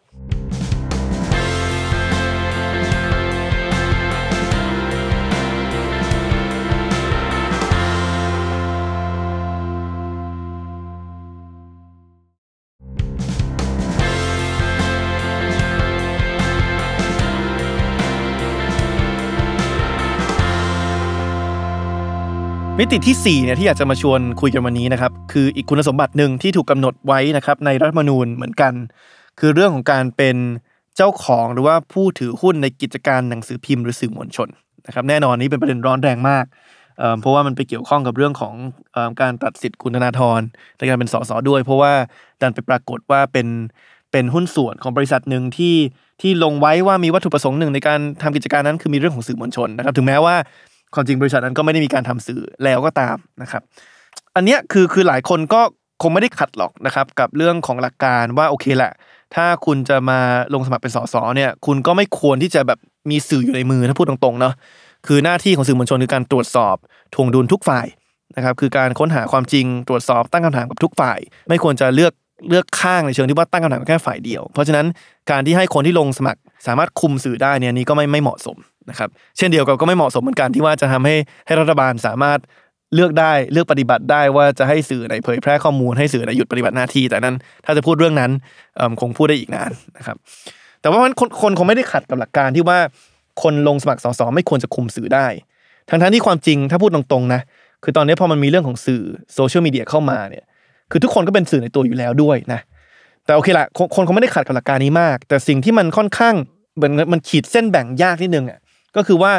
D: มิติที่4เนี่ยที่อยากจะมาชวนคุยกันวันนี้นะครับคืออีกคุณสมบัติหนึ่งที่ถูกกำหนดไว้นะครับในรัฐธรรมนูญเหมือนกันคือเรื่องของการเป็นเจ้าของหรือว่าผู้ถือหุ้นในกิจการหนังสือพิมพ์หรือสื่อมวลชนนะครับแน่นอนนี้เป็นประเด็นร้อนแรงมากเพราะว่ามันไปเกี่ยวข้องกับเรื่องของการตัดสิทธิ์คุณธนาธรในการเป็นสสด้วยเพราะว่าดันไปปรากฏว่าเป็นหุ้นส่วนของบริษัทหนึ่งที่ลงไว้ว่ามีวัตถุประสงค์หนึ่งในการทำกิจการนั้นคือมีเรื่องของสื่อมวลชนนะครับถึงแม้ว่าความจริงบริษัทนั้นก็ไม่ได้มีการทำสื่อแล้วก็ตามนะครับอันเนี้ยคือหลายคนก็คงไม่ได้ขัดหรอกนะครับกับเรื่องของหลักการว่าโอเคแหละถ้าคุณจะมาลงสมัครเป็นสสเนี่ยคุณก็ไม่ควรที่จะแบบมีสื่ออยู่ในมือถ้าพูดตรงๆเนาะคือหน้าที่ของสื่อมวลชนคือการตรวจสอบทวงดุลทุกฝ่ายนะครับคือการค้นหาความจริงตรวจสอบตั้งคำถามกับทุกฝ่ายไม่ควรจะเลือกข้างในเชิงที่ว่าตั้งคำถามแค่ฝ่ายเดียวเพราะฉะนั้นการที่ให้คนที่ลงสมัครสามารถคุมสื่อได้เนี่ยนี้ก็ไม่เหมาะสมนะครับเช่นเดียวกันก็ไม่เหมาะสมเหมือนกันที่ว่าจะทำให้รัฐบาลสามารถเลือกปฏิบัติได้ว่าจะให้สื่อไหนเผยแพร่ข้อมูลให้สื่อไหนหยุดปฏิบัติหน้าที่แต่นั้นถ้าจะพูดเรื่องนั้นคงพูดได้อีกนานนะครับแต่ว่าคนคงไม่ได้ขัดกับหลักการที่ว่าคนลงสมัครสสไม่ควรจะคุมสื่อได้ทั้งที่ความจริงถ้าพูดตรงๆนะคือตอนนี้พอมันมีเรื่องของสื่อโซเชียลมีเดียเข้ามาเนี่ยคือทุกคนก็เป็นสื่อในตัวอยู่แล้วด้วยนะแต่โอเคละคนคงไม่ได้ขัดกับหลักการนี้มากแต่สิ่งที่มันค่อนข้างมันขีดเส้นแบ่งยากนิดนึงอ่ะก็คือว่า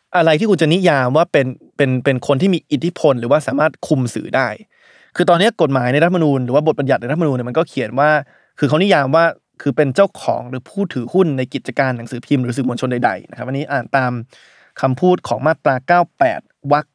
D: อะไรที่คุณจะนิยามว่าเป็นคนที่มีอิทธิพลหรือว่าสามารถคุมสื่อได้คือตอนนี้กฎหมายในรัฐธรรมนูญหรือว่าบทบัญญัติในรัฐธรรมนูญเนี่ยมันก็เขียนว่าคือเขานิยามว่าคือเป็นเจ้าของหรือผู้ถือหุ้นในกิจการหนังสือพิมพ์หรือสื่อมวลชนใดๆนะครับอันนี้อ่านตามคำพูดของมาตรา98วรรค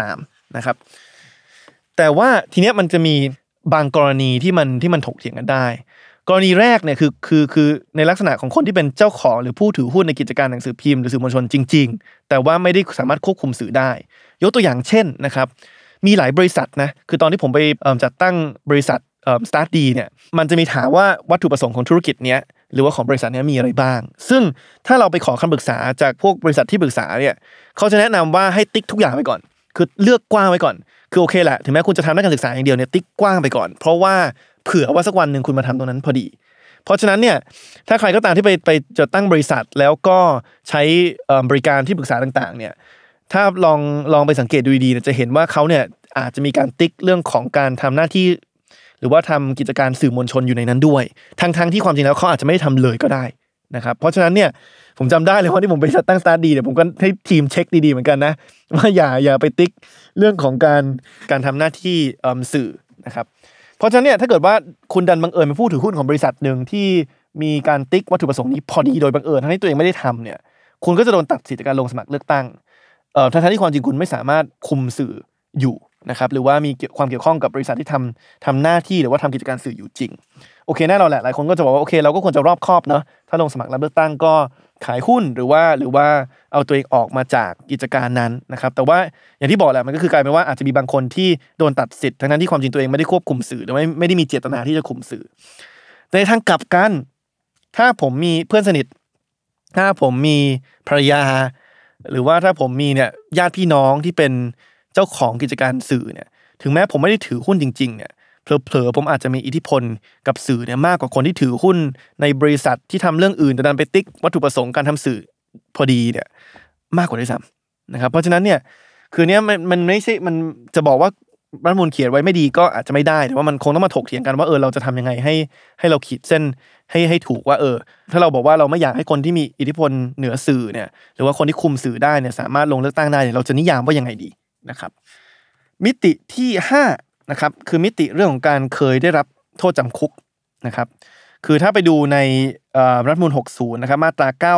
D: 3นะครับแต่ว่าทีเนี้ยมันจะมีบางกรณีที่มันถกเถียงกันได้กรณีแรกเนี่ยคือในลักษณะของคนที่เป็นเจ้าของหรือผู้ถือหุ้นในกิจการหนังสือพิมพ์หรือสื่อมวลชนจริงๆแต่ว่าไม่ได้สามารถควบคุมสื่อได้ยกตัวอย่างเช่นนะครับมีหลายบริษัทนะคือตอนที่ผมไปจัดตั้งบริษัทStart D เนี่ยมันจะมีถามว่าวัตถุประสงค์ของธุรกิจเนี้ยหรือว่าของบริษัทเนี้ยมีอะไรบ้างซึ่งถ้าเราไปขอคำปรึกษาจากพวกบริษัทที่ปรึกษาเนี่ยเขาจะแนะนำว่าให้ติ๊กทุกอย่างไว้ก่อนคือเลือกกว้างไว้ก่อนคือโอเคแหละถึงแม้คุณจะทำด้านการศึกษาอย่างเดียวเนี่ยติ๊กกว้างไปก่อนเพราะว่าเผื่อว่าสักวันนึงคุณมาทำตรงนั้นพอดีเพราะฉะนั้นเนี่ยถ้าใครก็ตามที่ไปจัดตั้งบริษัทแล้วก็ใช้บริการที่ปรึกษาต่างๆเนี่ยถ้าลองไปสังเกตดูดีๆจะเห็นว่าเขาเนี่ยอาจจะมีการติ๊กเรื่องของการทำหน้าที่หรือว่าทำกิจการสื่อมวลชนอยู่ในนั้นด้วยทั้งที่ความจริงแล้วเขาอาจจะไม่ได้ทำเลยก็ได้นะครับเพราะฉะนั้นเนี่ยผมจำได้เลยว่าที่ผมไปจัดตั้ง Start D เนี่ยผมก็ให้ทีมเช็คดีๆเหมือนกันนะว่าอย่าไปติ๊กเรื่องของการทำหน้าที่สื่อนะครับเพราะฉะนั้นเนี่ยถ้าเกิดว่าคุณดันบังเอิญเป็นผู้ถือหุ้นของบริษัทหนึ่งที่มีการติ๊กวัตถุประสงค์นี้พอดีโดยบังเอิญทั้งที่ตัวเองไม่ได้ทำเนี่ยคุณก็จะโดนตัดสิทธิการลงสมัครเลือกตั้งทั้งที่ความจริงคุณไม่สามารถคุมสื่ออยู่นะครับหรือว่ามีความเกี่ยวข้องกับบริษัทที่ทำหน้าที่หรือว่าทำกิจการสื่ออยู่จริงโอเคแน่นอนแหละหลายคนก็จะบอกว่าโอเคเราก็ควรจะรอบคอบเนาะถ้าลงสมัครรับเลือกตั้งก็ขายหุ้นหรือว่าเอาตัวเองออกมาจากกิจการนั้นนะครับแต่ว่าอย่างที่บอกแหละมันก็คือกลายเป็นว่าอาจจะมีบางคนที่โดนตัดสิทธิ์ทั้งนั้นที่ความจริงตัวเองไม่ได้ควบคุมสื่อหรือไม่ได้มีเจตนาที่จะคุมสื่อแต่ในทางกลับกันถ้าผมมีเพื่อนสนิทถ้าผมมีภรรยาหรือว่าถ้าผมมีเนี่ยญาติพี่น้องที่เป็นเจ้าของกิจการสื่อเนี่ยถึงแม้ผมไม่ได้ถือหุ้นจริงๆเนี่ยเผลอๆผมอาจจะมีอิทธิพลกับสื่อเนี่ยมากกว่าคนที่ถือหุ้นในบริษัทที่ทำเรื่องอื่นแต่ดันไปติ๊กวัตถุประสงค์การทำสื่อพอดีเนี่ยมากกว่าด้วยซ้ำนะครับเพราะฉะนั้นเนี่ยคือเนี้ยมันไม่ใช่มันจะบอกว่ารัฐธรรมนูญเขียนไว้ไม่ดีก็อาจจะไม่ได้แต่ว่ามันคงต้องมาถกเถียงกันว่าเราจะทำยังไงให้เราขีดเส้นให้ถูกว่าถ้าเราบอกว่าเราไม่อยากให้คนที่มีอิทธิพลเหนือสื่อเนี่ยหรือว่าคนที่คุมสื่อได้เนี่ยสามารถลงเลือกตั้งได้เนี่ยเราจะนิยามว่ายังไงดีนะครับมิติที่5นะครับคือมิติเรื่องของการเคยได้รับโทษจำคุกนะครับคือถ้าไปดูในรัฐธรรมนูญ60นะครับมาตรา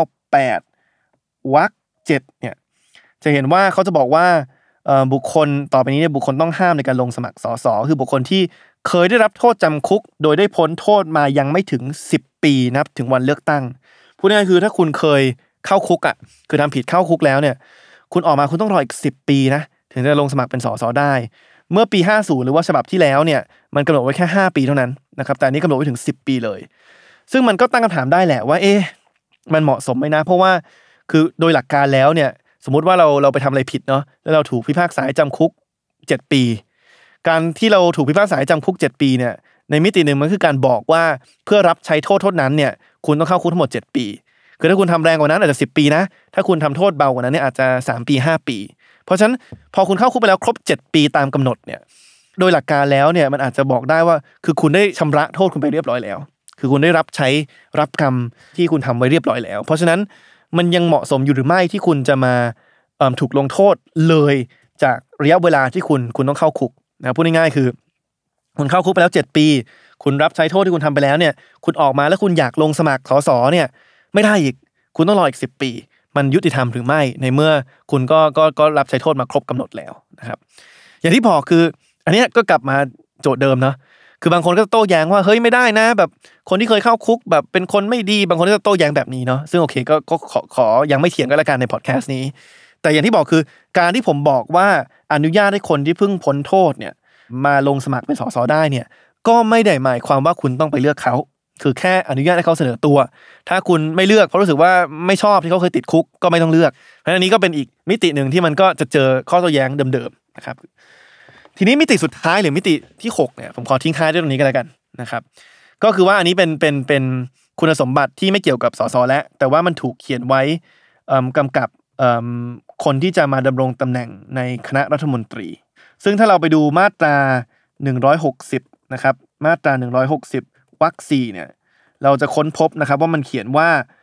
D: 98วรรค7เนี่ยจะเห็นว่าเขาจะบอกว่าบุคคลต่อไปนี้เนี่ยบุคคลต้องห้ามในการลงสมัครสสคือบุคคลที่เคยได้รับโทษจำคุกโดยได้พ้นโทษมายังไม่ถึง10ปีนับถึงวันเลือกตั้งพูดง่ายๆคือถ้าคุณเคยเข้าคุกคือทำผิดเข้าคุกแล้วเนี่ยคุณออกมาคุณต้องรออีก10ปีนะถึงจะลงสมัครเป็นสสได้เมื่อปี50หรือว่าฉบับที่แล้วเนี่ยมันกำหนดไว้แค่5ปีเท่านั้นนะครับแต่อันนี้กำหนดไว้ถึง10ปีเลยซึ่งมันก็ตั้งคำถามได้แหละว่ามันเหมาะสมไหมนะเพราะว่าคือโดยหลักการแล้วเนี่ยสมมุติว่าเราไปทำอะไรผิดเนาะแล้วเราถูกพิพากษาจำคุก7ปีการที่เราถูกพิพากษาจำคุก7ปีเนี่ยในมิตินึงมันคือการบอกว่าเพื่อรับใช้โทษนั้นเนี่ยคุณต้องเข้าคุกทั้งหมด7ปีคือถ้าคุณทำแรงกว่านั้นอาจจะ10ปีนะถ้าคุณทำโทษเบากว่านั้นเนี่ยอาจจะ3ปี5ปีเพราะฉะนั้นพอคุณเข้าคุกไปแล้วครบ7ปีตามกำหนดเนี่ยโดยหลักการแล้วเนี่ยมันอาจจะบอกได้ว่าคือคุณได้ชำระโทษคุณไปเรียบร้อยแล้วคือคุณได้รับกรรมที่คุณทำไว้เรียบร้อยแล้วเพราะฉะนั้นมันยังเหมาะสมอยู่หรือไม่ที่คุณจะมาถูกลงโทษเลยจากระยะเวลาที่คุณต้องเข้าคุกนะพูดง่ายๆคือคุณเข้าคุกไปแล้ว7ปีคุณรับใช้โทษที่คุณทำไปแล้วเนี่ยคุณออกมาแล้วคุณอยากลงสมัครสสเนี่ยไม่ได้อีกคุณต้องรออีก10ปีมันยุติธรรมหรือไม่ในเมื่อคุณก็รับใช้โทษมาครบกำหนดแล้วนะครับอย่างที่บอกคืออันนี้ก็กลับมาโจทย์เดิมเนาะคือบางคนก็โต้แย้งว่าเฮ้ยไม่ได้นะแบบคนที่เคยเข้าคุกแบบเป็นคนไม่ดีบางคนก็โต้แย้งแบบนี้เนาะซึ่งโอเคก็ขอยังไม่เถียงกันละกันในพอดแคสต์นี้แต่อย่างที่บอกคือการที่ผมบอกว่าอนุญาตให้คนที่เพิ่งพ้นโทษเนี่ยมาลงสมัครเป็นสสได้เนี่ยก็ไม่ได้หมายความว่าคุณต้องไปเลือกเขาคือแค่อนุญาตให้เขาเสนอตัวถ้าคุณไม่เลือกเพราะรู้สึกว่าไม่ชอบที่เขาเคยติดคุกก็ไม่ต้องเลือกเพราะฉะนั้นอันนี้ก็เป็นอีกมิตินึงที่มันก็จะเจอข้อโต้แย้งเดิมๆนะครับทีนี้มิติสุดท้ายหรือมิติที่6เนี่ยผมขอทิ้งท้ายด้วยตรงนี้กันแล้วกันนะครับก็คือว่าอันนี้เป็นคุณสมบัติที่ไม่เกี่ยวกับสสแล้วแต่ว่ามันถูกเขียนไว้กำกับคนที่จะมาดำรงตำแหน่งในคณะรัฐมนตรีซึ่งถ้าเราไปดูมาตรา160นะครับมาตรา160วรรค4เนี่ยเราจะค้นพบนะครับว่ามันเขียนว่า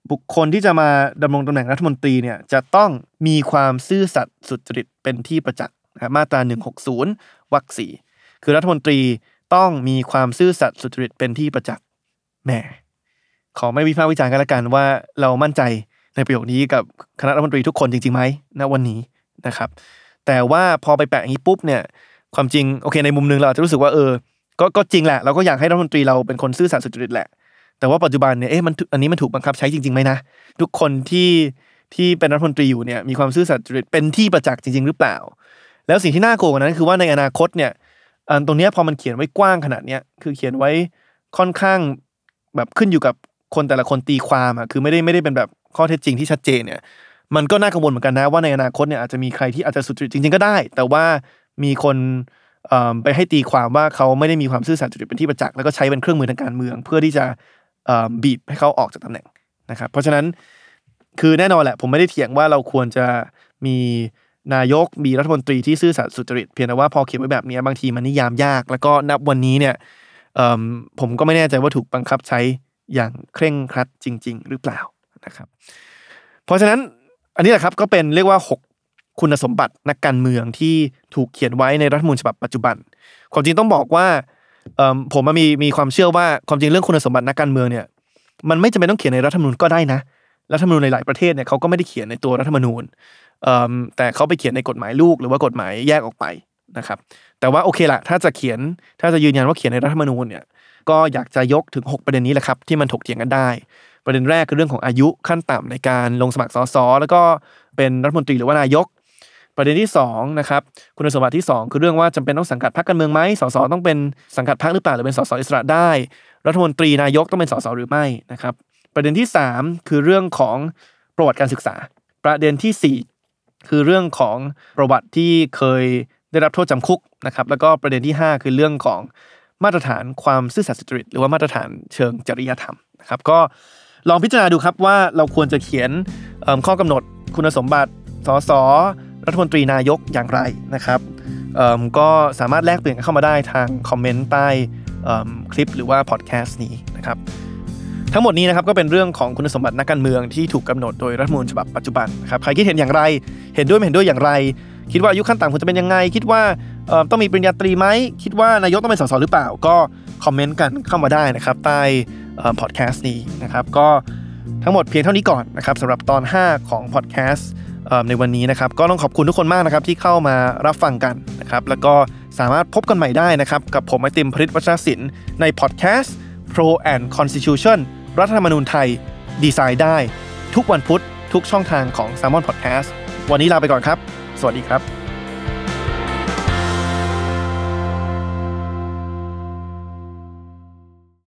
D: บุคคลที่จะมาดำรงตำแหน่งรัฐมนตรีเนี่ยจะต้องมีความซื่อสัตย์สุจริตเป็นที่ประจักษ์มาตรา160วรรค4คือรัฐมนตรีต้องมีความซื่อสัตย์สุจริตเป็นที่ประจักษ์แหมขอไม่วิพากษ์วิจารณ์กันละกันว่าเรามั่นใจในประโยคนี้กับคณะรัฐมนตรีทุกคนจริงๆไหมณวันนี้นะครับแต่ว่าพอไปแปะอย่างนี้ปุ๊บเนี่ยความจริงโอเคในมุมนึงเราอาจจะรู้สึกว่าก็จริงแหละเราก็อยากให้รัฐมนตรีเราเป็นคนซื่อสัตย์สุจริตแหละแต่ว่าปัจจุบันเนี่ยอันนี้มันถูกบังคับใช้จริงๆไหมนะทุกคนที่เป็นรัฐมนตรีอยู่เนี่ยมีความซื่อสัตย์สุจริตเป็นที่ประจักษ์จริงๆหรือเปล่าแล้วสิ่งที่น่ากลัวกว่านั้นคือว่าในอนาคตเนี่ยตรงนี้พอมันเขียนไว้กว้างขนาดนี้คือเขียนไว้ค่อนข้างแบบขึ้นอยู่กับคนแต่ละคนตีความคือไม่ได้เป็นแบบข้อเท็จจริงที่ชัดเจนเนี่ยมันก็น่ากังวลเหมือนกันนะว่าในอนาคตเนี่ยอาจจะมีใครที่อาจจะสุจริตจริงๆก็ได้แต่ว่ามีคนไปให้ตีความว่าเขาไม่ได้มีความซื่อสัตย์สุจริตเป็นที่ประจักษ์แล้วก็ใช้เป็นเครื่องมือทางการเมืองเพื่อที่จะบีบให้เขาออกจากตำแหน่งนะครับเพราะฉะนั้นคือแน่นอนแหละผมไม่ได้เถียงว่าเราควรจะมีนายกมีรัฐมนตรีที่ซื่อสัตย์สุจริตเพียงแต่ว่าพอเขียนไว้แบบนี้บางทีมันนิยามยากแล้วก็นับวันนี้เนี่ยผมก็ไม่แน่ใจว่าถูกบังคับใช้อย่างเคร่งครัดจริงๆหรือเปล่านะครับเพราะฉะนั้นอันนี้แหละครับก็เป็นเรียกว่า6คุณสมบัตินักการเมืองที่ถูกเขียนไว้ในรัฐธรรมนูญฉบับปัจจุบันความจริงต้องบอกว่าผมมีความเชื่อว่าความจริงเรื่องคุณสมบัตินักการเมืองเนี่ยมันไม่จำเป็นต้องเขียนในรัฐธรรมนูญก็ได้นะรัฐธรรมนูญหลายๆประเทศเนี่ยเขาก็ไม่ได้เขียนในตัวรัฐธรรมนูญแต่เขาไปเขียนในกฎหมายลูกหรือว่ากฎหมายแยกออกไปนะครับแต่ว่าโอเคละถ้าจะยืนยันว่าเขียนในรัฐธรรมนูญเนี่ยก็อยากจะยกถึง6ประเด็นนี้แหละครับที่มันถกเถียงกันได้ประเด็นแรกคือเรื่องของอายุขั้นต่ำในการลงสมัครสสแล้วก็เป็นรัฐมนตรีหรือว่านายกประเด็นที่2นะครับคุณสมบัติที่2คือเรื่องว่าจำเป็นต้องสังกัดพรรคการเมืองไหมสสต้องเป็นสังกัดพรรคหรือเปล่าหรือเป็นสสอิสระได้รัฐมนตรีนายกต้องเป็นสสหรือไม่นะครับประเด็นที่3คือเรื่องของประวัติการศึกษาประเด็นที่4คือเรื่องของประวัติที่เคยได้รับโทษจำคุกนะครับแล้วก็ประเด็นที่5คือเรื่องของมาตรฐานความซื่อสัตย์สุจริตหรือว่ามาตรฐานเชิงจริยธรรมนะครับก็ลองพิจารณาดูครับว่าเราควรจะเขียนข้อกำหนดคุณสมบัติสสรัฐมนตรีนายกอย่างไรนะครับก็สามารถแลกเปลี่ยนกันเข้ามาได้ทางคอมเมนต์ใต้คลิปหรือว่าพอดแคสต์นี้นะครับทั้งหมดนี้นะครับก็เป็นเรื่องของคุณสมบัตินักการเมืองที่ถูกกำหนดโดยรัฐธรรมนูญฉบับปัจจุบันนะครับใครคิดเห็นอย่างไรเห็นด้วยไม่เห็นด้วยอย่างไรคิดว่าอายุขั้นต่ำควรจะเป็นยังไงคิดว่าต้องมีปริญญาตรีไหมคิดว่านายกต้องเป็นสสหรือเปล่าก็คอมเมนต์กันเข้ามาได้นะครับใต้พอดแคสต์นี้นะครับก็ทั้งหมดเพียงเท่านี้ก่อนนะครับสำหรับตอน5ของพอดแคสต์ในวันนี้นะครับก็ต้องขอบคุณทุกคนมากนะครับที่เข้ามารับฟังกันนะครับแล้วก็สามารถพบกันใหม่ได้นะครับกับผมไอติมพฤทธิ์วัชรศิลป์ในพอดแคสต์ Pro and Constitution รัฐธรรมนูญไทยดีไซน์ได้ทุกวันพุธทุกช่องทางของ Salmon Podcast วันนี้ลาไปก่อนครับสวัสดีครับ